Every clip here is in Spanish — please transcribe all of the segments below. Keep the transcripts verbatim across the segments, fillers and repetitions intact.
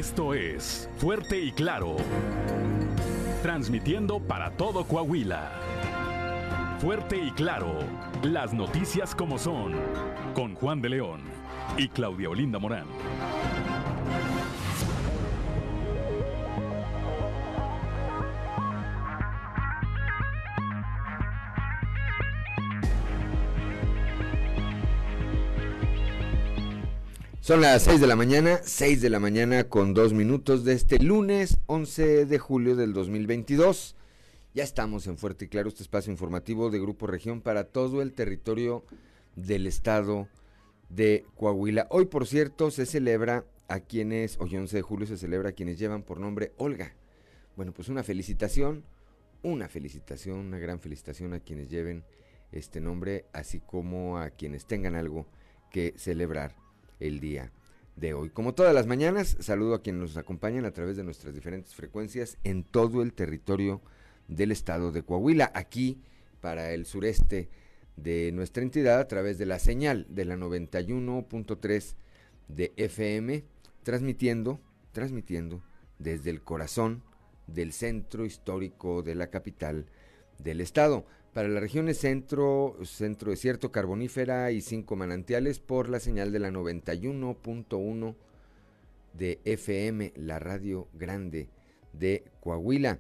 Esto es Fuerte y Claro, transmitiendo para todo Coahuila. Fuerte y Claro, las noticias como son, con Juan de León y Claudia Olinda Morán. Son las seis de la mañana, seis de la mañana con dos minutos de este lunes once de julio del dos mil veintidós. Ya estamos en Fuerte y Claro, este espacio informativo de Grupo Región para todo el territorio del estado de Coahuila. Hoy, por cierto, se celebra a quienes, hoy once de julio se celebra a quienes llevan por nombre Olga. Bueno, pues una felicitación, una felicitación, una gran felicitación a quienes lleven este nombre, así como a quienes tengan algo que celebrar el día de hoy. Como todas las mañanas, saludo a quienes nos acompañan a través de nuestras diferentes frecuencias en todo el territorio del estado de Coahuila, aquí para el sureste de nuestra entidad a través de la señal de la noventa y uno punto tres de F M, transmitiendo, transmitiendo desde el corazón del centro histórico de la capital del estado. Para las regiones centro, centro desierto, carbonífera y cinco manantiales por la señal de la noventa y uno punto uno de F M, la radio grande de Coahuila.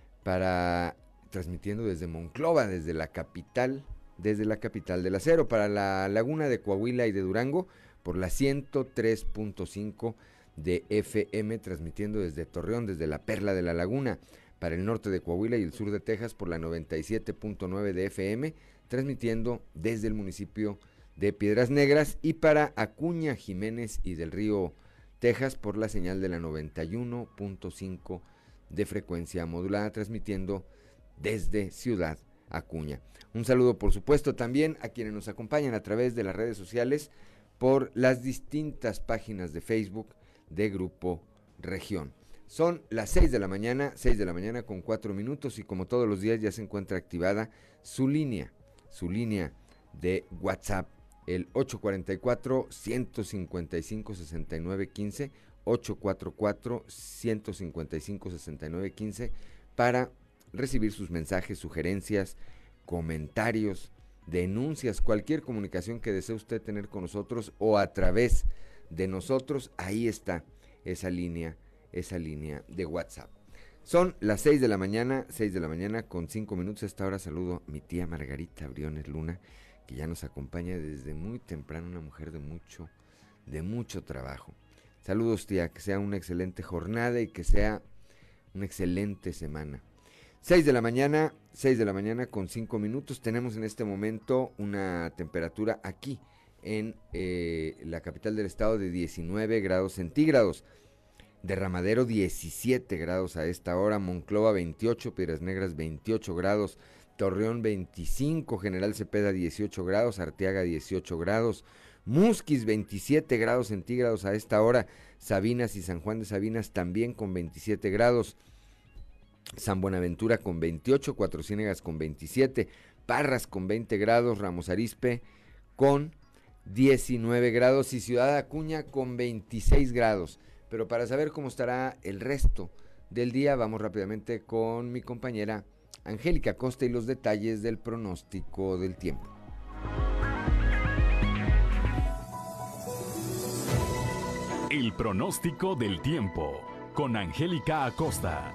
Para transmitiendo desde Monclova, desde la capital, desde la capital del acero. Para la laguna de Coahuila y de Durango por la ciento tres punto cinco de F M, transmitiendo desde Torreón, desde la Perla de la Laguna. Para el norte de Coahuila y el sur de Texas por la noventa y siete punto nueve de F M, transmitiendo desde el municipio de Piedras Negras, y para Acuña, Jiménez y del Río, Texas, por la señal de la noventa y uno punto cinco de frecuencia modulada, transmitiendo desde Ciudad Acuña. Un saludo, por supuesto, también a quienes nos acompañan a través de las redes sociales por las distintas páginas de Facebook de Grupo Región. Son las seis de la mañana, seis de la mañana con cuatro minutos, y como todos los días ya se encuentra activada su línea, su línea de WhatsApp, el ocho cuatro cuatro, uno cinco cinco, seis nueve uno cinco, ocho cuatro cuatro, uno cinco cinco, seis nueve uno cinco, para recibir sus mensajes, sugerencias, comentarios, denuncias, cualquier comunicación que desee usted tener con nosotros o a través de nosotros. Ahí está esa línea esa línea de WhatsApp. Son las seis de la mañana, seis de la mañana con cinco minutos. A esta hora saludo a mi tía Margarita Briones Luna, que ya nos acompaña desde muy temprano, una mujer de mucho, de mucho trabajo. Saludos, tía, que sea una excelente jornada y que sea una excelente semana. seis de la mañana, seis de la mañana con cinco minutos. Tenemos en este momento una temperatura aquí en eh, la capital del estado de diecinueve grados centígrados. Derramadero diecisiete grados a esta hora, Monclova veintiocho, Piedras Negras veintiocho grados, Torreón veinticinco, General Cepeda dieciocho grados, Arteaga dieciocho grados, Musquis veintisiete grados centígrados a esta hora, Sabinas y San Juan de Sabinas también con veintisiete grados, San Buenaventura con veintiocho, Cuatro Ciénegas con veintisiete, Parras con veinte grados, Ramos Arizpe con diecinueve grados y Ciudad Acuña con veintiséis grados. Pero para saber cómo estará el resto del día, vamos rápidamente con mi compañera Angélica Acosta y los detalles del pronóstico del tiempo. El pronóstico del tiempo con Angélica Acosta.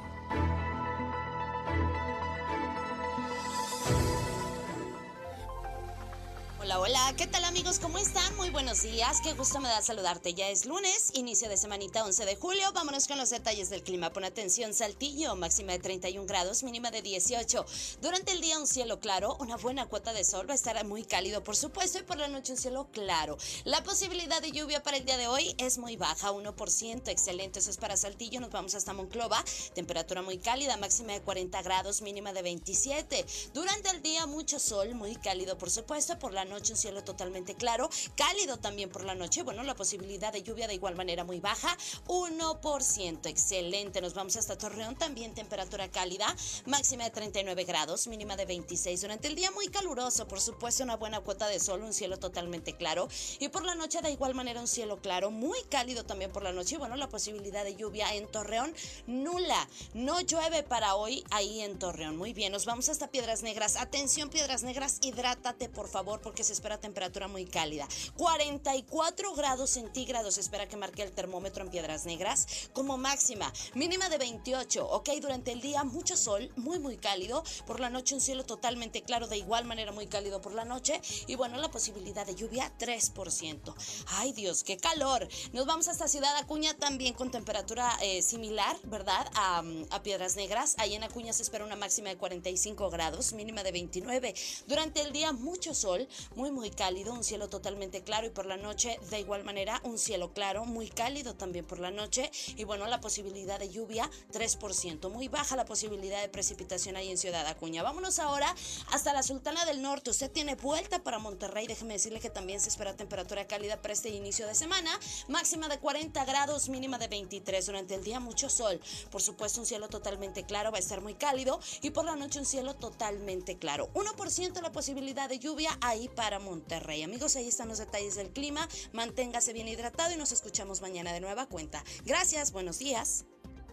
Hola, hola, ¿qué tal amigos? ¿Cómo están? Muy buenos días, qué gusto me da saludarte. Ya es lunes, inicio de semanita once de julio. Vámonos con los detalles del clima. Pon atención: Saltillo, máxima de treinta y un grados, mínima de dieciocho. Durante el día un cielo claro, una buena cuota de sol, va a estar muy cálido por supuesto, y por la noche un cielo claro. La posibilidad de lluvia para el día de hoy es muy baja, uno por ciento, excelente. Eso es para Saltillo. Nos vamos hasta Monclova, temperatura muy cálida, máxima de cuarenta grados, mínima de veintisiete. Durante el día mucho sol, muy cálido por supuesto, por la noche noche un cielo totalmente claro, cálido también por la noche. Bueno, la posibilidad de lluvia de igual manera muy baja, uno por ciento. Excelente, nos vamos hasta Torreón, también temperatura cálida, máxima de treinta y nueve grados, mínima de veintiséis. Durante el día muy caluroso, por supuesto una buena cuota de sol, un cielo totalmente claro. Y por la noche de igual manera un cielo claro, muy cálido también por la noche. Y bueno, la posibilidad de lluvia en Torreón, nula. No llueve para hoy ahí en Torreón. Muy bien, nos vamos hasta Piedras Negras. Atención, Piedras Negras, hidrátate por favor porque se espera temperatura muy cálida. cuarenta y cuatro grados centígrados se espera que marque el termómetro en Piedras Negras como máxima. Mínima de veintiocho, ok, durante el día mucho sol, muy muy cálido. Por la noche un cielo totalmente claro, de igual manera muy cálido por la noche. Y bueno, la posibilidad de lluvia tres por ciento. Ay Dios, qué calor. Nos vamos hasta Ciudad Acuña también con temperatura eh, similar, ¿verdad? A, a Piedras Negras. Ahí en Acuña se espera una máxima de cuarenta y cinco grados, mínima de veintinueve. Durante el día mucho sol, muy muy cálido, un cielo totalmente claro. Y por la noche de igual manera un cielo claro, muy cálido también por la noche. Y bueno, la posibilidad de lluvia tres por ciento. Muy baja la posibilidad de precipitación ahí en Ciudad Acuña. Vámonos ahora hasta la Sultana del Norte. Usted tiene vuelta para Monterrey. Déjeme decirle que también se espera temperatura cálida para este inicio de semana. Máxima de cuarenta grados, mínima de veintitrés. Durante el día mucho sol. Por supuesto un cielo totalmente claro, va a estar muy cálido. Y por la noche un cielo totalmente claro. uno por ciento la posibilidad de lluvia ahí para Monterrey. Amigos, ahí están los detalles del clima. Manténgase bien hidratado y nos escuchamos mañana de nueva cuenta. Gracias, buenos días.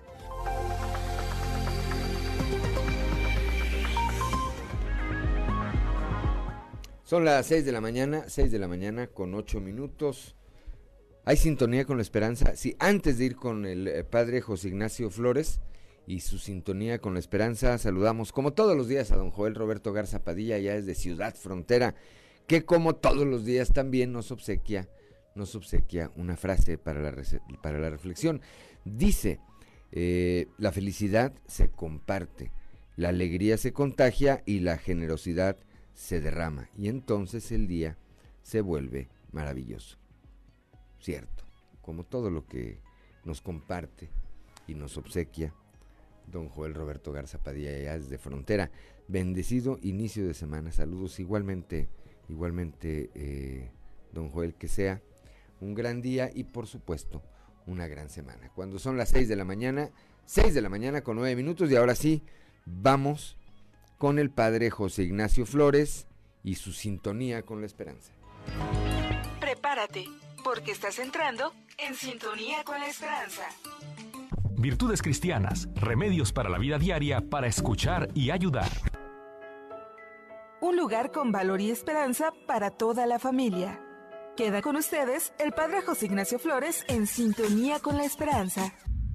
Son las seis de la mañana, seis de la mañana con ocho minutos. Hay sintonía con la esperanza. Sí, antes de ir con el eh, padre José Ignacio Flores y su sintonía con la esperanza, saludamos como todos los días a don Joel Roberto Garza Padilla, ya desde Ciudad Frontera, que como todos los días también nos obsequia, nos obsequia una frase para la, para la reflexión. Dice, eh, la felicidad se comparte, la alegría se contagia y la generosidad se derrama, y entonces el día se vuelve maravilloso. Cierto, como todo lo que nos comparte y nos obsequia don Joel Roberto Garza Padilla, ya desde Frontera. Bendecido inicio de semana, saludos igualmente, igualmente eh, don Joel, que sea un gran día y por supuesto una gran semana. Cuando son las seis de la mañana, seis de la mañana con nueve minutos, y ahora sí, vamos con el padre José Ignacio Flores y su sintonía con la esperanza. Prepárate, porque estás entrando en Sintonía con la Esperanza. Virtudes cristianas, remedios para la vida diaria, para escuchar y ayudar. Un lugar con valor y esperanza para toda la familia. Queda con ustedes el padre José Ignacio Flores en Sintonía con la Esperanza.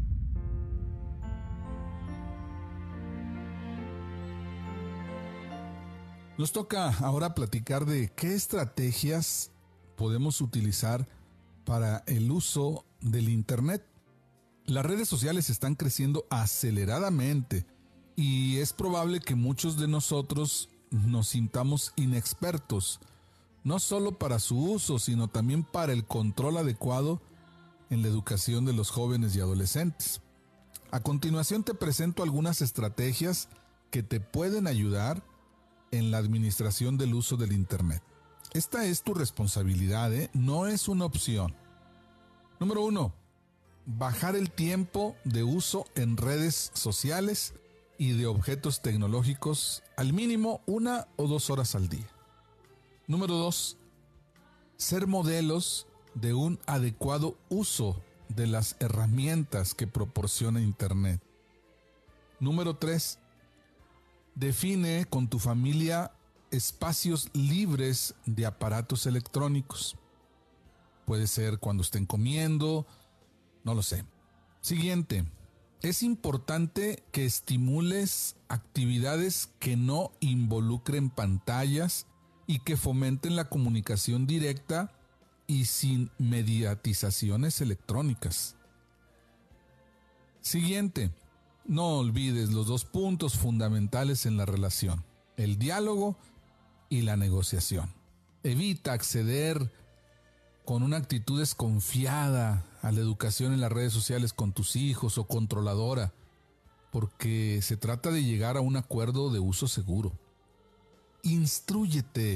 Nos toca ahora platicar de qué estrategias podemos utilizar para el uso del Internet. Las redes sociales están creciendo aceleradamente y es probable que muchos de nosotros nos sintamos inexpertos, no solo para su uso, sino también para el control adecuado en la educación de los jóvenes y adolescentes. A continuación te presento algunas estrategias que te pueden ayudar en la administración del uso del Internet. Esta es tu responsabilidad, ¿eh? No es una opción. Número uno, bajar el tiempo de uso en redes sociales y de objetos tecnológicos al mínimo una o dos horas al día. Número dos, ser modelos de un adecuado uso de las herramientas que proporciona Internet. Número tres, define con tu familia espacios libres de aparatos electrónicos. Puede ser cuando estén comiendo, no lo sé. Siguiente, es importante que estimules actividades que no involucren pantallas y que fomenten la comunicación directa y sin mediatizaciones electrónicas. Siguiente, no olvides los dos puntos fundamentales en la relación: el diálogo y la negociación. Evita acceder con una actitud desconfiada a la educación en las redes sociales con tus hijos o controladora, porque se trata de llegar a un acuerdo de uso seguro. Instrúyete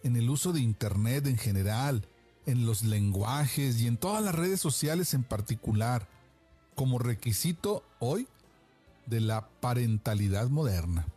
en el uso de Internet en general, en los lenguajes y en todas las redes sociales en particular, como requisito hoy de la parentalidad moderna.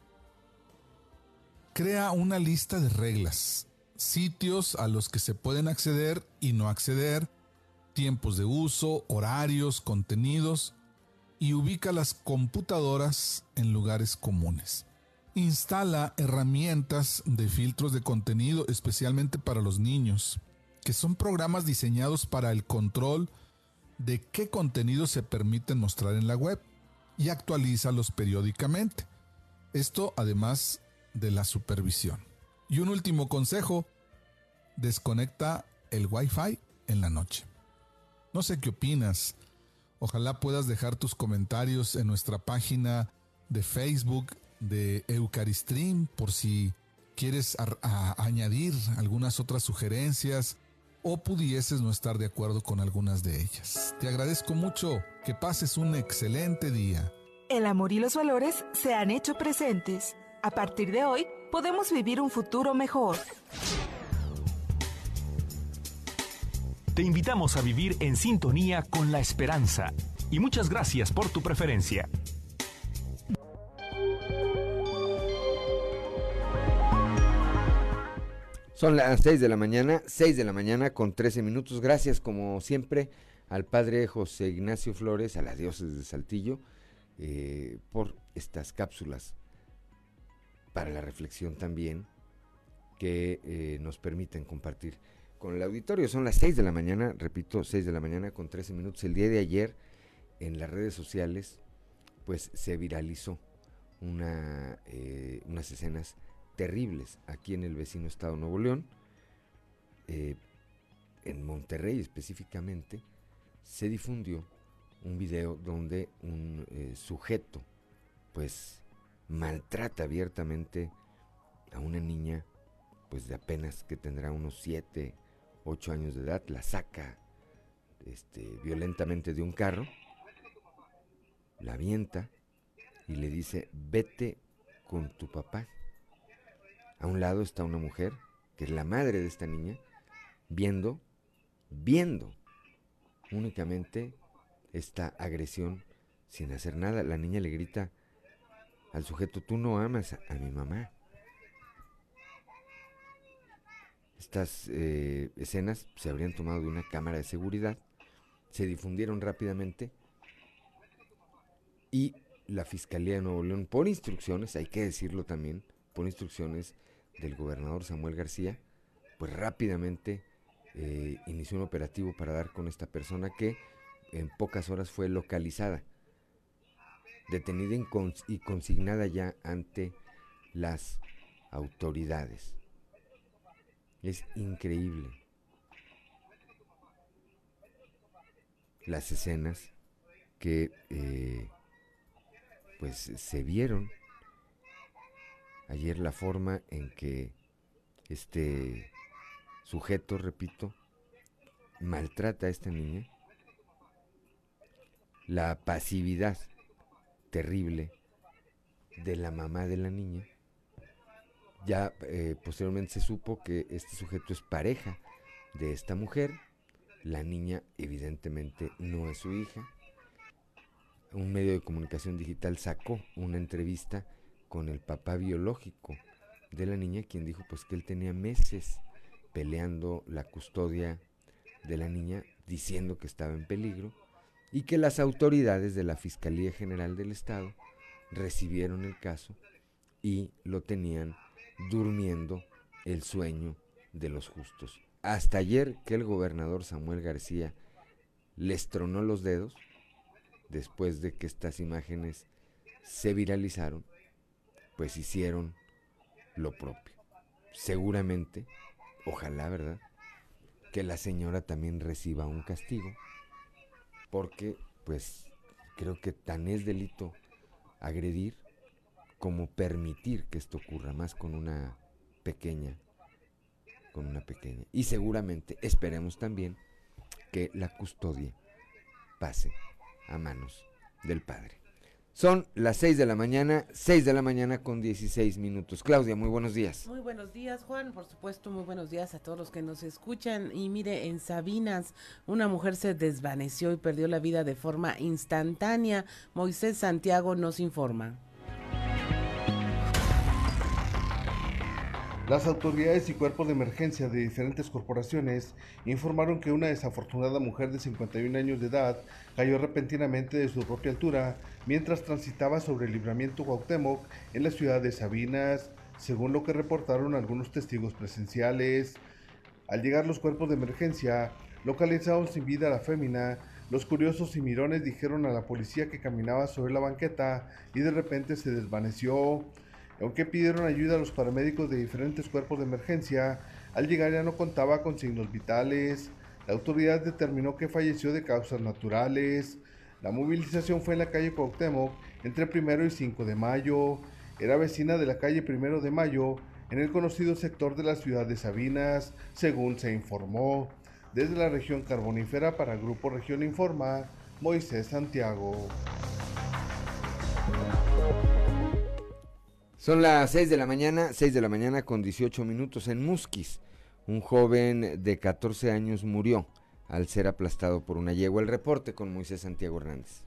Crea una lista de reglas, sitios a los que se pueden acceder y no acceder, tiempos de uso, horarios, contenidos, y ubica las computadoras en lugares comunes. Instala herramientas de filtros de contenido especialmente para los niños, que son programas diseñados para el control de qué contenido se permiten mostrar en la web, y actualízalos periódicamente. Esto además de la supervisión. Y un último consejo: desconecta el Wi-Fi en la noche. No sé qué opinas. Ojalá puedas dejar tus comentarios en nuestra página de Facebook de Eucaristream por si quieres a, a, añadir algunas otras sugerencias o pudieses no estar de acuerdo con algunas de ellas. Te agradezco mucho. Que pases un excelente día. El amor y los valores se han hecho presentes. A partir de hoy, podemos vivir un futuro mejor. Te invitamos a vivir en sintonía con la esperanza. Y muchas gracias por tu preferencia. Son las seis de la mañana, seis de la mañana con trece minutos. Gracias, como siempre, al padre José Ignacio Flores, a la diócesis de Saltillo, eh, por estas cápsulas para la reflexión también que eh, nos permiten compartir con el auditorio. Son las seis de la mañana, repito, seis de la mañana con trece minutos. El día de ayer, en las redes sociales, pues se viralizó una, eh, unas escenas terribles aquí en el vecino estado de Nuevo León, eh, en Monterrey específicamente. Se difundió un video donde un eh, sujeto pues maltrata abiertamente a una niña pues de apenas que tendrá unos siete, ocho años de edad. La saca este, violentamente de un carro, la avienta y le dice: vete con tu papá. A un lado está una mujer, que es la madre de esta niña, viendo, viendo únicamente esta agresión sin hacer nada. La niña le grita al sujeto: tú no amas a, a mi mamá. Estas eh, escenas se habrían tomado de una cámara de seguridad, se difundieron rápidamente y la Fiscalía de Nuevo León, por instrucciones, hay que decirlo también, por instrucciones del gobernador Samuel García, pues rápidamente eh, inició un operativo para dar con esta persona, que en pocas horas fue localizada, detenida y, cons- y consignada ya ante las autoridades. Es increíble las escenas que eh, pues se vieron ayer, la forma en que este sujeto, repito, maltrata a esta niña, la pasividad terrible de la mamá de la niña. Ya eh, posteriormente se supo que este sujeto es pareja de esta mujer. La niña evidentemente no es su hija. Un medio de comunicación digital sacó una entrevista con el papá biológico de la niña, quien dijo pues que él tenía meses peleando la custodia de la niña, diciendo que estaba en peligro, y que las autoridades de la Fiscalía General del Estado recibieron el caso y lo tenían durmiendo el sueño de los justos. Hasta ayer, que el gobernador Samuel García les tronó los dedos después de que estas imágenes se viralizaron, pues hicieron lo propio. Seguramente, ojalá, ¿verdad?, que la señora también reciba un castigo, porque pues creo que tan es delito agredir como permitir que esto ocurra, más con una pequeña, con una pequeña. Y seguramente esperemos también que la custodia pase a manos del padre. Son las seis de la mañana, seis de la mañana con dieciséis minutos. Claudia, muy buenos días. Muy buenos días, Juan. Por supuesto, muy buenos días a todos los que nos escuchan. Y mire, en Sabinas, una mujer se desvaneció y perdió la vida de forma instantánea. Moisés Santiago nos informa. Las autoridades y cuerpos de emergencia de diferentes corporaciones informaron que una desafortunada mujer de cincuenta y un años de edad cayó repentinamente de su propia altura mientras transitaba sobre el libramiento Cuauhtémoc en la ciudad de Sabinas, según lo que reportaron algunos testigos presenciales. Al llegar los cuerpos de emergencia, localizaron sin vida a la fémina. Los curiosos y mirones dijeron a la policía que caminaba sobre la banqueta y de repente se desvaneció. Aunque pidieron ayuda a los paramédicos de diferentes cuerpos de emergencia, al llegar ya no contaba con signos vitales. La autoridad determinó que falleció de causas naturales. La movilización fue en la calle Cuauhtémoc entre primero y cinco de mayo. Era vecina de la calle primero de mayo, en el conocido sector de la ciudad de Sabinas, según se informó. Desde la región carbonífera para Grupo Región Informa, Moisés Santiago. Son las seis de la mañana, seis de la mañana con dieciocho minutos. En Musquis, un joven de catorce años murió al ser aplastado por una yegua. El reporte con Moisés Santiago Hernández.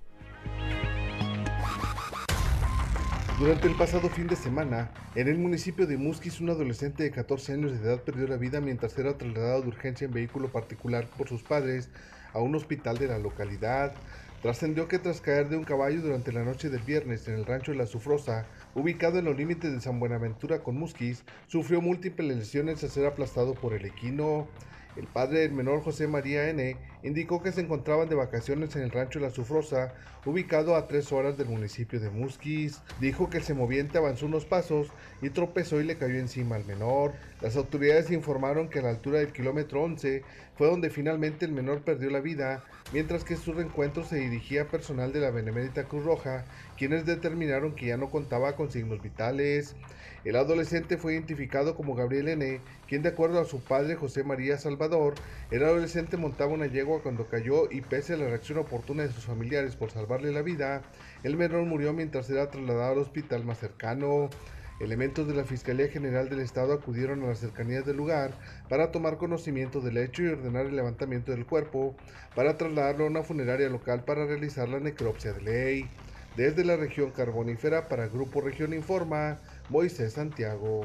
Durante el pasado fin de semana, en el municipio de Musquis, un adolescente de catorce años de edad perdió la vida mientras era trasladado de urgencia en vehículo particular por sus padres a un hospital de la localidad. Trascendió que tras caer de un caballo durante la noche del viernes en el rancho de La Sufrosa, ubicado en los límites de San Buenaventura con Musquis, sufrió múltiples lesiones al ser aplastado por el equino. El padre del menor, José María N., indicó que se encontraban de vacaciones en el rancho La Sufrosa, ubicado a tres horas del municipio de Musquis. Dijo que el semoviente avanzó unos pasos y tropezó y le cayó encima al menor. Las autoridades informaron que a la altura del kilómetro once fue donde finalmente el menor perdió la vida, mientras que en su reencuentro se dirigía personal de la Benemérita Cruz Roja, quienes determinaron que ya no contaba con signos vitales. El adolescente fue identificado como Gabriel N., quien de acuerdo a su padre José María Salvador, el adolescente montaba una yegua cuando cayó y pese a la reacción oportuna de sus familiares por salvarle la vida, el menor murió mientras era trasladado al hospital más cercano. Elementos de la Fiscalía General del Estado acudieron a las cercanías del lugar para tomar conocimiento del hecho y ordenar el levantamiento del cuerpo para trasladarlo a una funeraria local para realizar la necropsia de ley. Desde la región carbonífera para Grupo Región Informa, Moisés Santiago.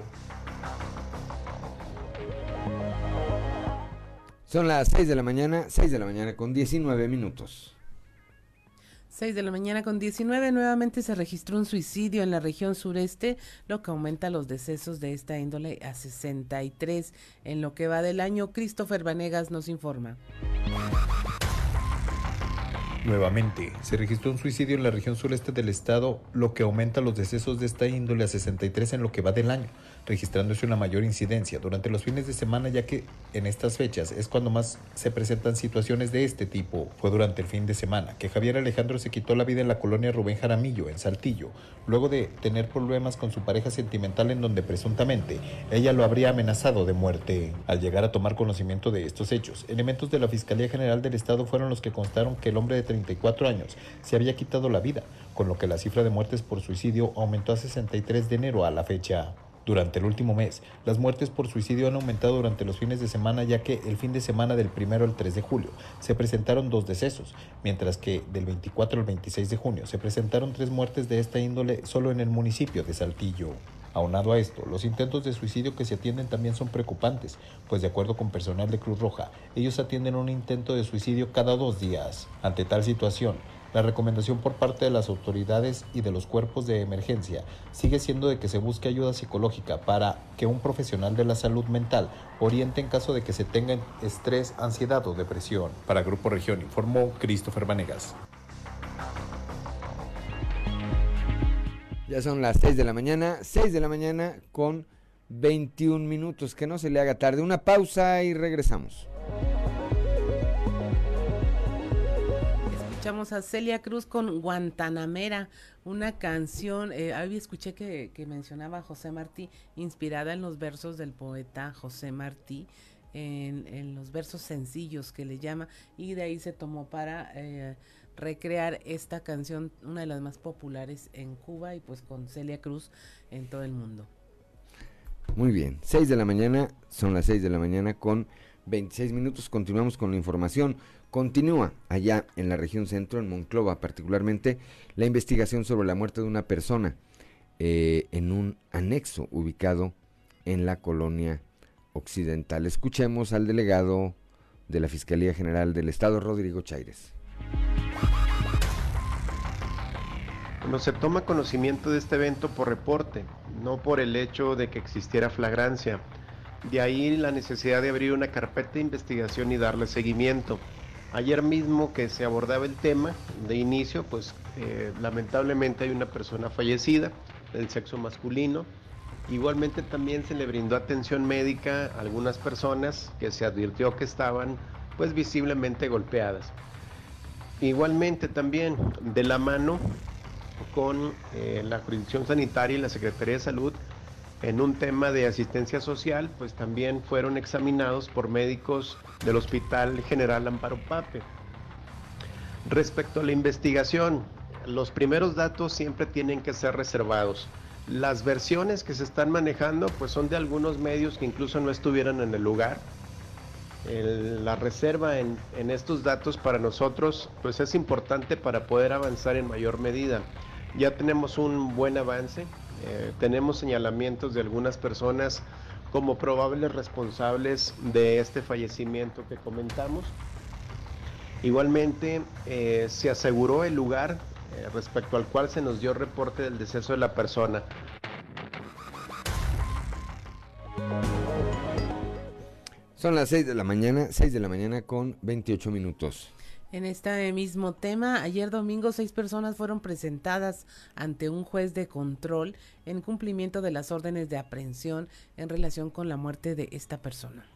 Son las seis de la mañana, seis de la mañana con diecinueve minutos. seis de la mañana con diecinueve, nuevamente se registró un suicidio en la región sureste, lo que aumenta los decesos de esta índole a sesenta y tres en lo que va del año. Christopher Vanegas nos informa. Nuevamente, se registró un suicidio en la región sureste del estado, lo que aumenta los decesos de esta índole a sesenta y tres en lo que va del año, registrándose una mayor incidencia durante los fines de semana, ya que en estas fechas es cuando más se presentan situaciones de este tipo. Fue durante el fin de semana que Javier Alejandro se quitó la vida en la colonia Rubén Jaramillo, en Saltillo, luego de tener problemas con su pareja sentimental en donde presuntamente ella lo habría amenazado de muerte. Al llegar a tomar conocimiento de estos hechos, elementos de la Fiscalía General del Estado fueron los que constaron que el hombre de treinta y cuatro años se había quitado la vida, con lo que la cifra de muertes por suicidio aumentó a sesenta y tres de enero a la fecha. Durante el último mes, las muertes por suicidio han aumentado durante los fines de semana, ya que el fin de semana del primero al tres de julio se presentaron dos decesos, mientras que del veinticuatro al veintiséis de junio se presentaron tres muertes de esta índole solo en el municipio de Saltillo. Aunado a esto, los intentos de suicidio que se atienden también son preocupantes, pues de acuerdo con personal de Cruz Roja, ellos atienden un intento de suicidio cada dos días. Ante tal situación, la recomendación por parte de las autoridades y de los cuerpos de emergencia sigue siendo de que se busque ayuda psicológica para que un profesional de la salud mental oriente en caso de que se tenga estrés, ansiedad o depresión. Para Grupo Región informó Christopher Vanegas. Ya son las seis de la mañana, seis de la mañana con veintiún minutos, que no se le haga tarde. Una pausa y regresamos. Escuchamos a Celia Cruz con Guantanamera, una canción, eh, ahí escuché que, que mencionaba a José Martí, inspirada en los versos del poeta José Martí, en, en los versos sencillos que le llama, y de ahí se tomó para... Eh, recrear esta canción, una de las más populares en Cuba y pues con Celia Cruz en todo el mundo. Muy bien, seis de la mañana, son las seis de la mañana con veintiséis minutos, continuamos con la información. Continúa allá en la región centro, en Monclova particularmente, la investigación sobre la muerte de una persona eh, en un anexo ubicado en la colonia occidental. Escuchemos al delegado de la Fiscalía General del Estado, Rodrigo Chaires. Bueno, se toma conocimiento de este evento por reporte, no por el hecho de que existiera flagrancia. De ahí la necesidad de abrir una carpeta de investigación y darle seguimiento. Ayer mismo que se abordaba el tema de inicio, pues eh, lamentablemente hay una persona fallecida del sexo masculino. Igualmente también se le brindó atención médica a algunas personas que se advirtió que estaban pues visiblemente golpeadas. Igualmente también de la mano con eh, la jurisdicción sanitaria y la Secretaría de Salud en un tema de asistencia social, pues también fueron examinados por médicos del Hospital General Amparo Pape. Respecto a la investigación, los primeros datos siempre tienen que ser reservados. Las versiones que se están manejando pues son de algunos medios que incluso no estuvieran en el lugar. El, la reserva en, en estos datos para nosotros pues es importante para poder avanzar en mayor medida. Ya tenemos un buen avance. Eh, tenemos señalamientos de algunas personas como probables responsables de este fallecimiento que comentamos. Igualmente eh, se aseguró el lugar eh, respecto al cual se nos dio reporte del deceso de la persona. Son las seis de la mañana, seis de la mañana con veintiocho minutos. En este mismo tema, ayer domingo seis personas fueron presentadas ante un juez de control en cumplimiento de las órdenes de aprehensión en relación con la muerte de esta persona.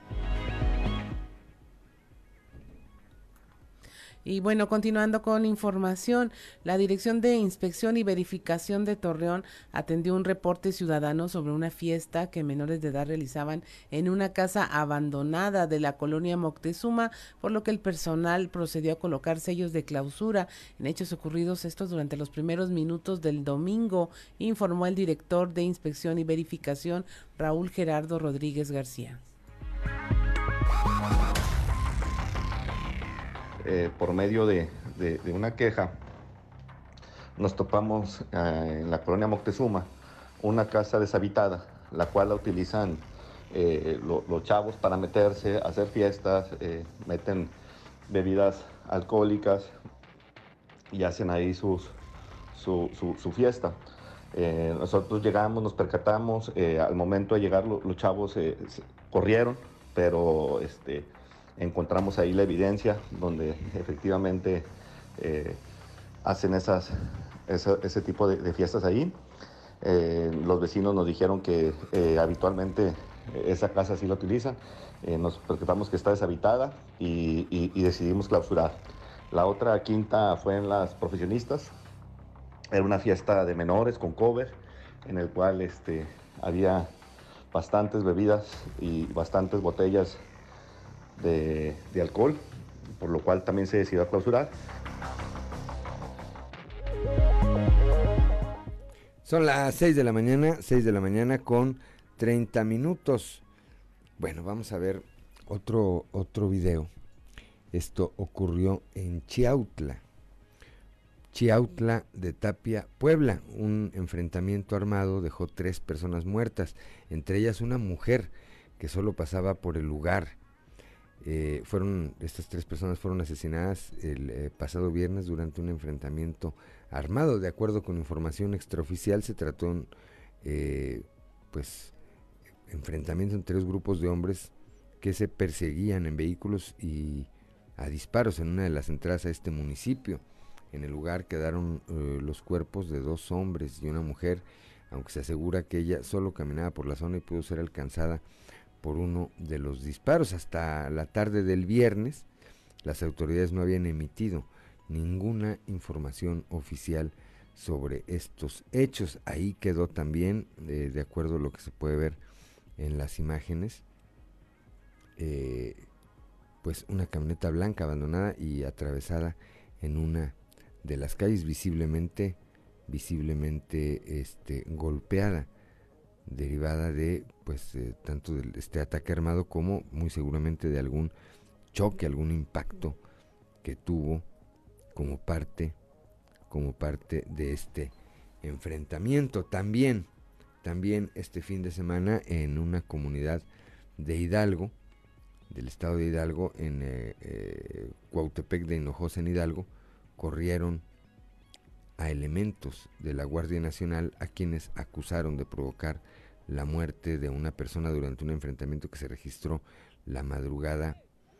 Y bueno, continuando con información, la Dirección de Inspección y Verificación de Torreón atendió un reporte ciudadano sobre una fiesta que menores de edad realizaban en una casa abandonada de la colonia Moctezuma, por lo que el personal procedió a colocar sellos de clausura en hechos ocurridos estos durante los primeros minutos del domingo, informó el director de Inspección y Verificación, Raúl Gerardo Rodríguez García. Eh, por medio de, de, de una queja, nos topamos eh, en la colonia Moctezuma una casa deshabitada, la cual la utilizan eh, lo, los chavos para meterse, hacer fiestas, eh, meten bebidas alcohólicas y hacen ahí sus, su, su, su fiesta. Eh, nosotros llegamos, nos percatamos, eh, al momento de llegar lo, los chavos eh, corrieron, pero este, encontramos ahí la evidencia donde efectivamente eh, hacen esas, ese, ese tipo de, de fiestas ahí. Eh, los vecinos nos dijeron que eh, habitualmente esa casa sí la utilizan. Eh, nos percatamos que está deshabitada y, y, y decidimos clausurar. La otra quinta fue en Las Profesionistas. Era una fiesta de menores con cover, en el cual este, había bastantes bebidas y bastantes botellas de, de alcohol, por lo cual también se decidió clausurar. Son las seis de la mañana, seis de la mañana con treinta minutos. Bueno, vamos a ver otro, otro video. Esto ocurrió en Chiautla. Chiautla de Tapia, Puebla. Un enfrentamiento armado dejó tres personas muertas, entre ellas una mujer que solo pasaba por el lugar. Eh, fueron estas tres personas fueron asesinadas el eh, pasado viernes durante un enfrentamiento armado. De acuerdo con información extraoficial, se trató un eh, pues enfrentamiento entre dos grupos de hombres que se perseguían en vehículos y a disparos en una de las entradas a este municipio. En el lugar quedaron eh, los cuerpos de dos hombres y una mujer, aunque se asegura que ella solo caminaba por la zona y pudo ser alcanzada por uno de los disparos. Hasta la tarde del viernes, las autoridades no habían emitido ninguna información oficial sobre estos hechos. Ahí quedó también, eh, de acuerdo a lo que se puede ver en las imágenes, eh, pues una camioneta blanca abandonada y atravesada en una de las calles visiblemente, visiblemente este, golpeada, derivada de pues eh, tanto de este ataque armado como muy seguramente de algún choque, algún impacto que tuvo como parte, como parte de este enfrentamiento. También, también este fin de semana en una comunidad de Hidalgo, del estado de Hidalgo, en eh, eh, Cuautepec de Hinojosa en Hidalgo, corrieron a elementos de la Guardia Nacional a quienes acusaron de provocar la muerte de una persona durante un enfrentamiento que se registró la madrugada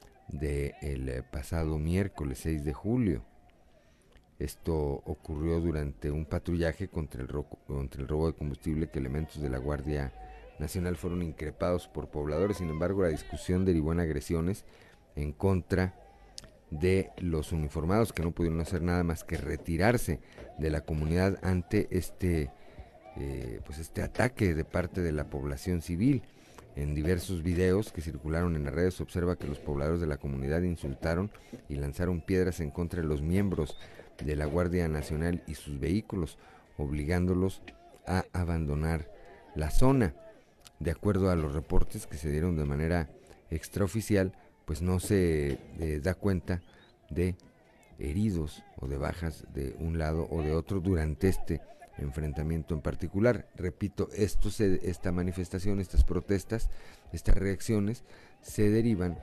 del pasado miércoles seis de julio. Esto ocurrió durante un patrullaje contra el, ro- contra el robo de combustible que elementos de la Guardia Nacional fueron increpados por pobladores. Sin embargo, la discusión derivó en agresiones en contra de los uniformados, que no pudieron hacer nada más que retirarse de la comunidad ante este, eh, pues este ataque de parte de la población civil. En diversos videos que circularon en las redes se observa que los pobladores de la comunidad insultaron y lanzaron piedras en contra de los miembros de la Guardia Nacional y sus vehículos, obligándolos a abandonar la zona. De acuerdo a los reportes que se dieron de manera extraoficial, pues no se eh, da cuenta de heridos o de bajas de un lado o de otro durante este enfrentamiento en particular. Repito, esto se, esta manifestación, estas protestas, estas reacciones se derivan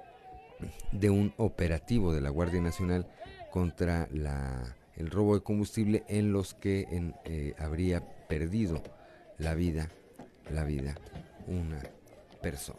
de un operativo de la Guardia Nacional contra la, el robo de combustible en los que en, eh, habría perdido la vida, la vida una persona.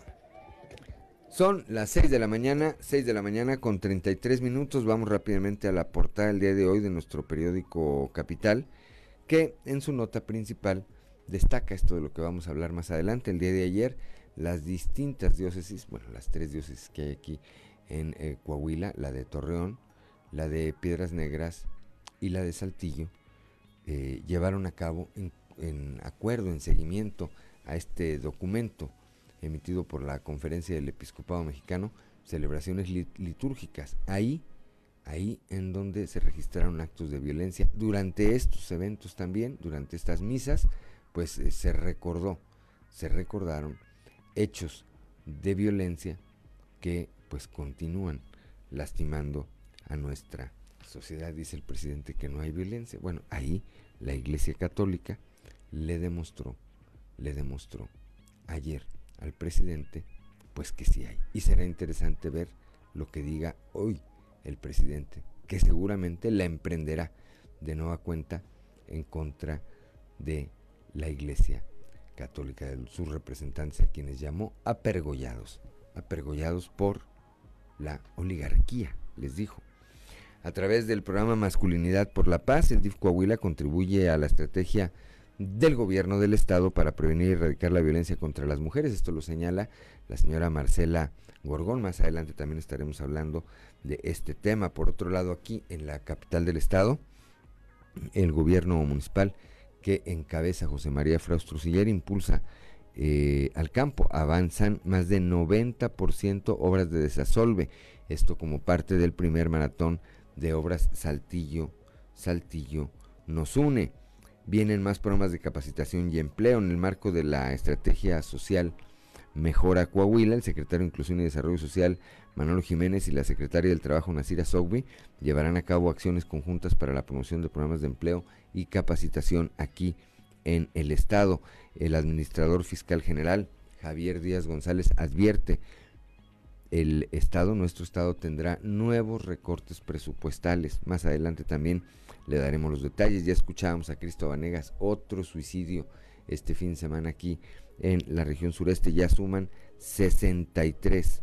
Son las seis de la mañana, seis de la mañana con treinta y tres minutos. Vamos rápidamente a la portada del día de hoy de nuestro periódico Capital, que en su nota principal destaca esto de lo que vamos a hablar más adelante. El día de ayer, las distintas diócesis, bueno, las tres diócesis que hay aquí en eh, Coahuila, la de Torreón, la de Piedras Negras y la de Saltillo, eh, llevaron a cabo en, en acuerdo, en seguimiento a este documento emitido por la Conferencia del Episcopado Mexicano, celebraciones lit- litúrgicas. Ahí, ahí en donde se registraron actos de violencia. Durante estos eventos también, durante estas misas, pues eh, se recordó, se recordaron hechos de violencia que pues continúan lastimando a nuestra sociedad. Dice el presidente que no hay violencia. Bueno, ahí la Iglesia Católica le demostró, le demostró ayer al presidente pues que sí hay. Y será interesante ver lo que diga hoy el presidente, que seguramente la emprenderá de nueva cuenta en contra de la Iglesia Católica, de sus representantes, a quienes llamó apergollados, apergollados por la oligarquía, les dijo. A través del programa Masculinidad por la Paz, el D I F Coahuila contribuye a la estrategia del gobierno del estado para prevenir y erradicar la violencia contra las mujeres. Esto lo señala la señora Marcela Gorgón. Más adelante también estaremos hablando de este tema. Por otro lado, aquí en la capital del estado, el gobierno municipal que encabeza José María Fraustro Siller impulsa eh, al campo. Avanzan más de noventa por ciento obras de desasolve. Esto como parte del primer maratón de obras Saltillo, Saltillo nos une. Vienen más programas de capacitación y empleo en el marco de la estrategia social Mejora Coahuila. El secretario de Inclusión y Desarrollo Social, Manolo Jiménez, y la secretaria del Trabajo, Nasira Sogbi, llevarán a cabo acciones conjuntas para la promoción de programas de empleo y capacitación aquí en el estado. El administrador fiscal general, Javier Díaz González, advierte: el estado, nuestro estado, tendrá nuevos recortes presupuestales. Más adelante también le daremos los detalles. Ya escuchábamos a Cristo Vanegas, otro suicidio este fin de semana aquí en la región sureste. Ya suman sesenta y tres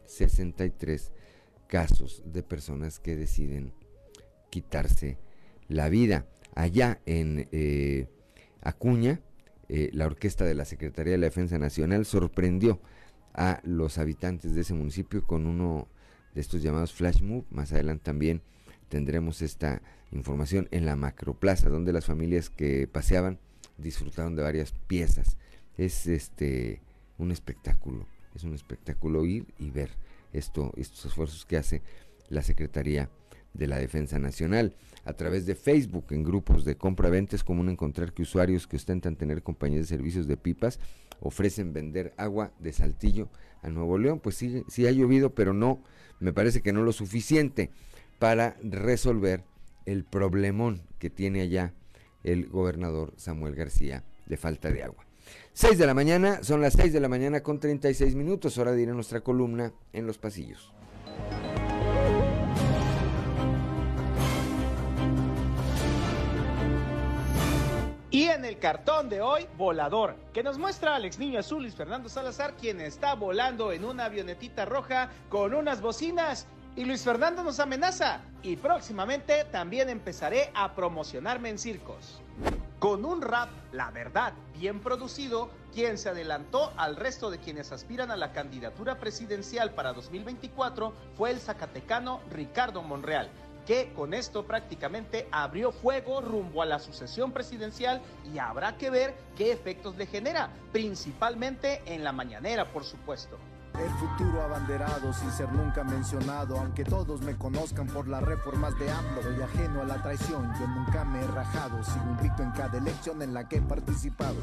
casos de personas que deciden quitarse la vida. Allá en eh, Acuña, eh, la orquesta de la Secretaría de la Defensa Nacional sorprendió a los habitantes de ese municipio con uno de estos llamados flash mob. Más adelante también tendremos esta información en la macroplaza, donde las familias que paseaban disfrutaron de varias piezas. Es este un espectáculo, es un espectáculo ir y ver esto, estos esfuerzos que hace la Secretaría de la Defensa Nacional. A través de Facebook, en grupos de compra-venta, es común encontrar que usuarios que ostentan tener compañías de servicios de pipas ofrecen vender agua de Saltillo a Nuevo León. Pues sí, sí ha llovido, pero no, me parece que no lo suficiente para resolver el problemón que tiene allá el gobernador Samuel García de falta de agua. seis de la mañana, son las seis de la mañana con treinta y seis minutos, hora de ir a nuestra columna En los Pasillos. Y en el cartón de hoy, Volador, que nos muestra al ex niño azul Luis Fernando Salazar, quien está volando en una avionetita roja con unas bocinas. Y Luis Fernando nos amenaza, y próximamente también empezaré a promocionarme en circos. Con un rap, la verdad, bien producido, quien se adelantó al resto de quienes aspiran a la candidatura presidencial para dos mil veinticuatro fue el zacatecano Ricardo Monreal, que con esto prácticamente abrió fuego rumbo a la sucesión presidencial y habrá que ver qué efectos le genera, principalmente en la mañanera, por supuesto. El futuro abanderado sin ser nunca mencionado, aunque todos me conozcan por las reformas de AMLO. Soy ajeno a la traición, yo nunca me he rajado, sigo invicto en cada elección en la que he participado.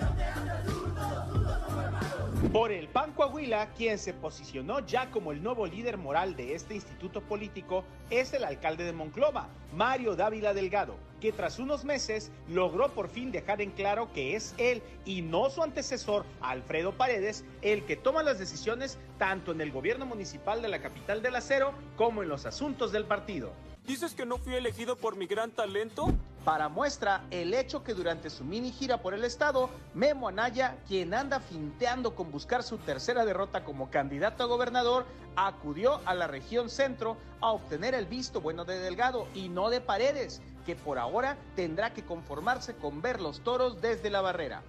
Por el P A N Coahuila, quien se posicionó ya como el nuevo líder moral de este instituto político es el alcalde de Monclova, Mario Dávila Delgado, que tras unos meses logró por fin dejar en claro que es él y no su antecesor, Alfredo Paredes, el que toma las decisiones tanto en el gobierno municipal de la capital del acero como en los asuntos del partido. ¿Dices que no fui elegido por mi gran talento? Para muestra, el hecho que durante su mini gira por el estado, Memo Anaya, quien anda finteando con buscar su tercera derrota como candidato a gobernador, acudió a la región centro a obtener el visto bueno de Delgado y no de Paredes, que por ahora tendrá que conformarse con ver los toros desde la barrera.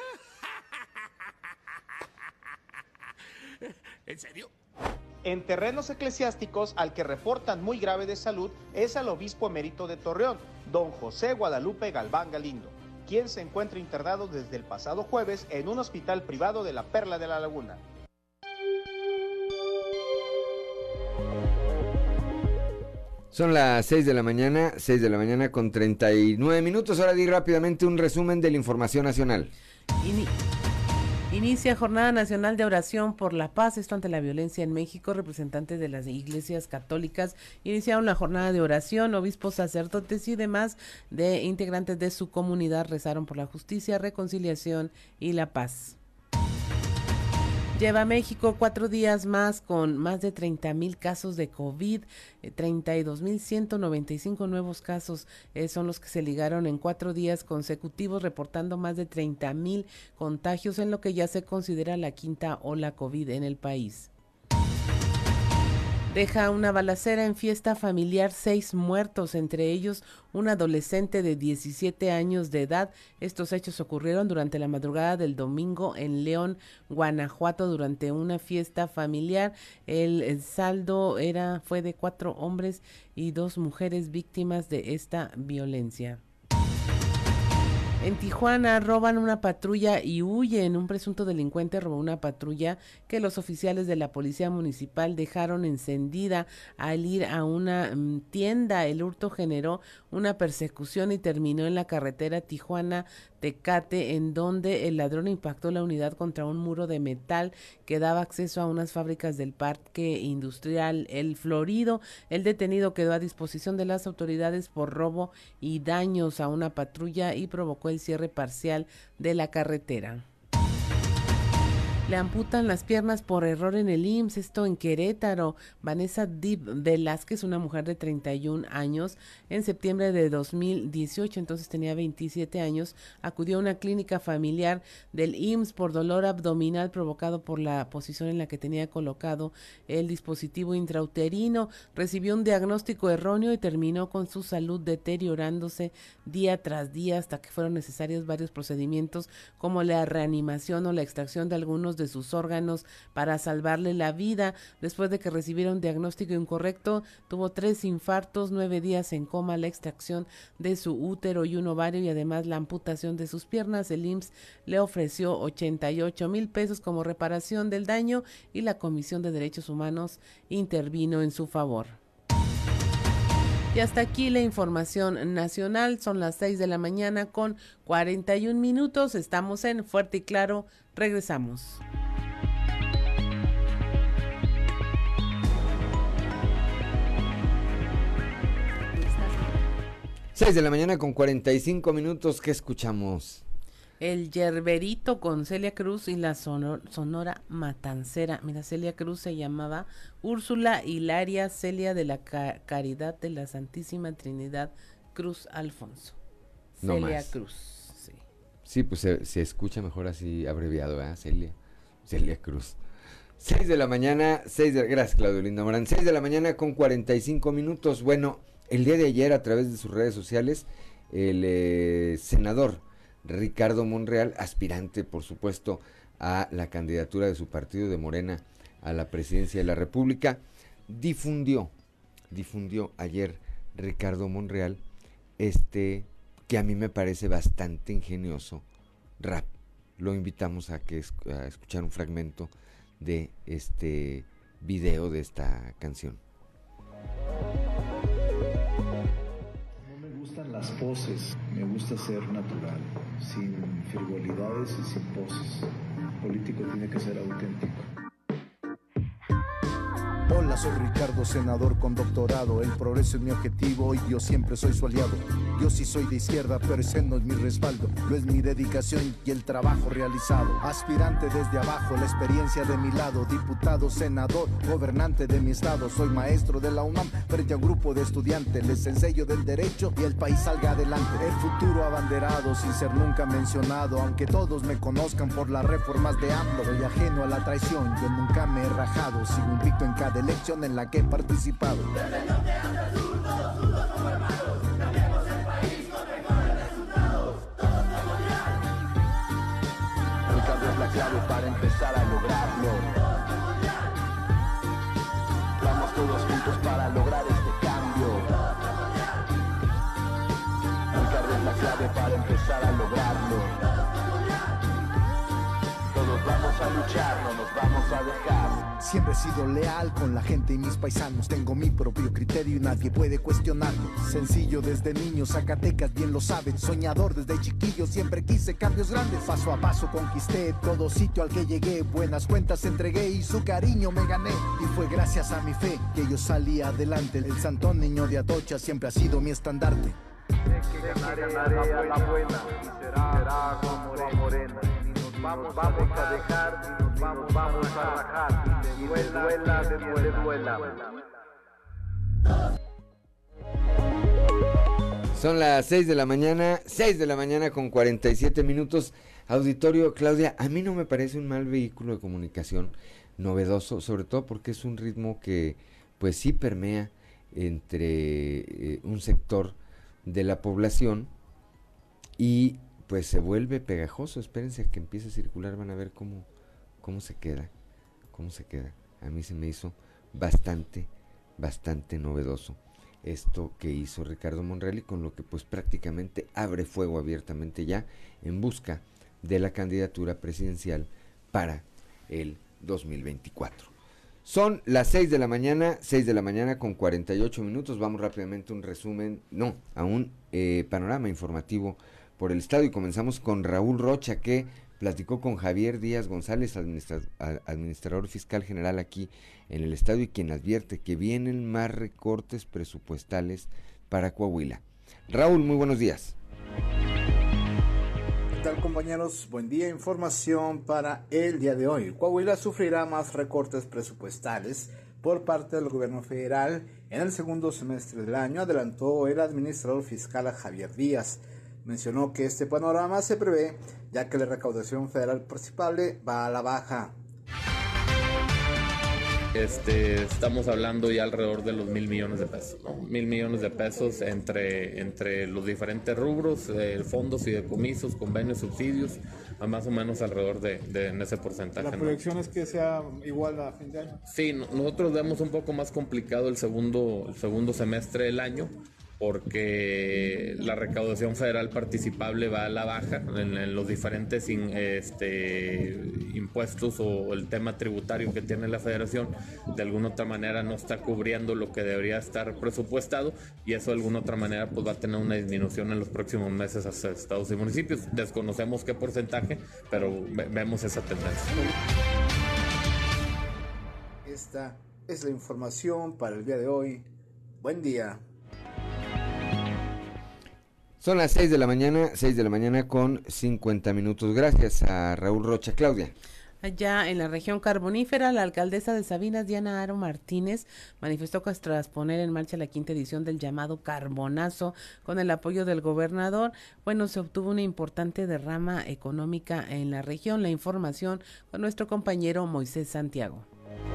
¿En serio? En terrenos eclesiásticos, al que reportan muy grave de salud es al obispo emérito de Torreón, don José Guadalupe Galván Galindo, quien se encuentra internado desde el pasado jueves en un hospital privado de la Perla de la Laguna. Son las seis de la mañana, seis de la mañana con treinta y nueve minutos, hora de ir rápidamente un resumen de la información nacional. Ini- Inicia Jornada Nacional de Oración por la Paz, esto ante la violencia en México. Representantes de las iglesias católicas iniciaron la jornada de oración, obispos, sacerdotes y demás de integrantes de su comunidad rezaron por la justicia, reconciliación y la paz. Lleva México cuatro días más con más de treinta mil casos de COVID, eh, treinta y dos mil ciento noventa y cinco nuevos casos eh, son los que se ligaron en cuatro días consecutivos, reportando más de treinta mil contagios en lo que ya se considera la quinta ola COVID en el país. Deja una balacera en fiesta familiar, seis muertos, entre ellos un adolescente de diecisiete años de edad. Estos hechos ocurrieron durante la madrugada del domingo en León, Guanajuato, durante una fiesta familiar. El, el saldo era fue de cuatro hombres y dos mujeres víctimas de esta violencia. En Tijuana roban una patrulla y huyen. Un presunto delincuente robó una patrulla que los oficiales de la policía municipal dejaron encendida al ir a una um, tienda. El hurto generó una persecución y terminó en la carretera Tijuana-Tecate, en donde el ladrón impactó la unidad contra un muro de metal que daba acceso a unas fábricas del Parque Industrial El Florido. El detenido quedó a disposición de las autoridades por robo y daños a una patrulla y provocó el cierre parcial de la carretera. Le amputan las piernas por error en el I M S S, esto en Querétaro. Vanessa Dib Velázquez, una mujer de treinta y un años, en septiembre de dos mil dieciocho, entonces tenía veintisiete años, acudió a una clínica familiar del I M S S por dolor abdominal provocado por la posición en la que tenía colocado el dispositivo intrauterino. Recibió un diagnóstico erróneo y terminó con su salud deteriorándose día tras día hasta que fueron necesarios varios procedimientos como la reanimación o la extracción de algunos de sus órganos para salvarle la vida. Después de que recibiera un diagnóstico incorrecto, tuvo tres infartos, nueve días en coma, la extracción de su útero y un ovario y además la amputación de sus piernas. El I M S S le ofreció ochenta y ocho mil pesos como reparación del daño y la Comisión de Derechos Humanos intervino en su favor. Y hasta aquí la información nacional. Son las seis de la mañana con cuarenta y un minutos. Estamos en Fuerte y Claro. Regresamos. seis de la mañana con cuarenta y cinco minutos. ¿Qué escuchamos? El Yerberito con Celia Cruz y la sonor, Sonora Matancera. Mira, Celia Cruz se llamaba Úrsula Hilaria Celia de la Ca- Caridad de la Santísima Trinidad Cruz Alfonso. No Celia más. Cruz, sí. Sí, pues se, se escucha mejor así abreviado, ¿verdad? Celia. Celia Cruz. seis de la mañana, seis de... Gracias, Claudio Linda Morán. seis de la mañana con cuarenta y cinco minutos. Bueno, el día de ayer, a través de sus redes sociales, el eh, senador Ricardo Monreal, aspirante, por supuesto, a la candidatura de su partido de Morena a la presidencia de la República, difundió, difundió ayer Ricardo Monreal este, que a mí me parece bastante ingenioso, rap. Lo invitamos a que a escuchar un fragmento de este video, de esta canción. Las poses, me gusta ser natural, sin frivolidades y sin poses. El político tiene que ser auténtico. Hola, soy Ricardo, senador con doctorado. El progreso es mi objetivo y yo siempre soy su aliado. Yo sí soy de izquierda, pero ese no es mi respaldo. Lo es mi dedicación y el trabajo realizado. Aspirante desde abajo, la experiencia de mi lado. Diputado, senador, gobernante de mi estado. Soy maestro de la UNAM frente a un grupo de estudiantes. Les enseño del derecho y el país salga adelante. El futuro abanderado sin ser nunca mencionado. Aunque todos me conozcan por las reformas de AMLO. Soy ajeno a la traición, yo nunca me he rajado. Sigo invicto en cada elección en la que he participado. Ricardo es la clave para empezar a lograrlo. Vamos todos juntos para lograr este cambio. Ricardo es la clave para empezar a lograrlo. Todos vamos a luchar, no nos vamos a dejar. Siempre he sido leal con la gente y mis paisanos. Tengo mi propio criterio y nadie puede cuestionarlo. Sencillo desde niño, Zacatecas bien lo saben. Soñador desde chiquillo, siempre quise cambios grandes. Paso a paso conquisté todo sitio al que llegué. Buenas cuentas entregué y su cariño me gané. Y fue gracias a mi fe que yo salí adelante. El santón niño de Atocha siempre ha sido mi estandarte. Ganaré a la buena y será como Morena. Vamos, vamos a dejar y nos vamos, vamos a rajar. Y le duela, le duela. Son las seis de la mañana, seis de la mañana con cuarenta y siete minutos. Auditorio, Claudia, a mí no me parece un mal vehículo de comunicación, novedoso, sobre todo porque es un ritmo que pues sí permea entre eh, un sector de la población y pues se vuelve pegajoso. Espérense a que empiece a circular, van a ver cómo, cómo se queda, cómo se queda. A mí se me hizo bastante, bastante novedoso esto que hizo Ricardo Monreal y con lo que pues prácticamente abre fuego abiertamente ya en busca de la candidatura presidencial para el dos mil veinticuatro. Son las seis de la mañana, seis de la mañana con cuarenta y ocho minutos. Vamos rápidamente a un resumen, no, a un eh, panorama informativo por el estado y comenzamos con Raúl Rocha, que platicó con Javier Díaz González, administra- administrador fiscal general aquí en el estado, y quien advierte que vienen más recortes presupuestales para Coahuila. Raúl, muy buenos días. ¿Qué tal, compañeros? Buen día. Información para el día de hoy. Coahuila sufrirá más recortes presupuestales por parte del gobierno federal en el segundo semestre del año, adelantó el administrador fiscal Javier Díaz. Mencionó que este panorama se prevé ya que la recaudación federal participable va a la baja. Este, estamos hablando ya alrededor de los mil millones de pesos, ¿no? Mil millones de pesos entre, entre los diferentes rubros, eh, fondos, fideicomisos, convenios, subsidios, a más o menos alrededor de, de en ese porcentaje. ¿La ¿no? proyección es que sea igual a fin de año? Sí, no, nosotros vemos un poco más complicado el segundo, el segundo semestre del año, porque la recaudación federal participable va a la baja en, en los diferentes in, este, impuestos o el tema tributario que tiene la federación. De alguna otra manera no está cubriendo lo que debería estar presupuestado, y eso de alguna otra manera pues va a tener una disminución en los próximos meses hacia estados y municipios. Desconocemos qué porcentaje, pero ve- vemos esa tendencia. Esta es la información para el día de hoy. Buen día. Son las seis de la mañana, seis de la mañana con cincuenta minutos. Gracias a Raúl Rocha. Claudia. Allá en la región carbonífera, la alcaldesa de Sabinas, Diana Aro Martínez, manifestó que tras poner en marcha la quinta edición del llamado Carbonazo, con el apoyo del gobernador, bueno, se obtuvo una importante derrama económica en la región. La información con nuestro compañero Moisés Santiago.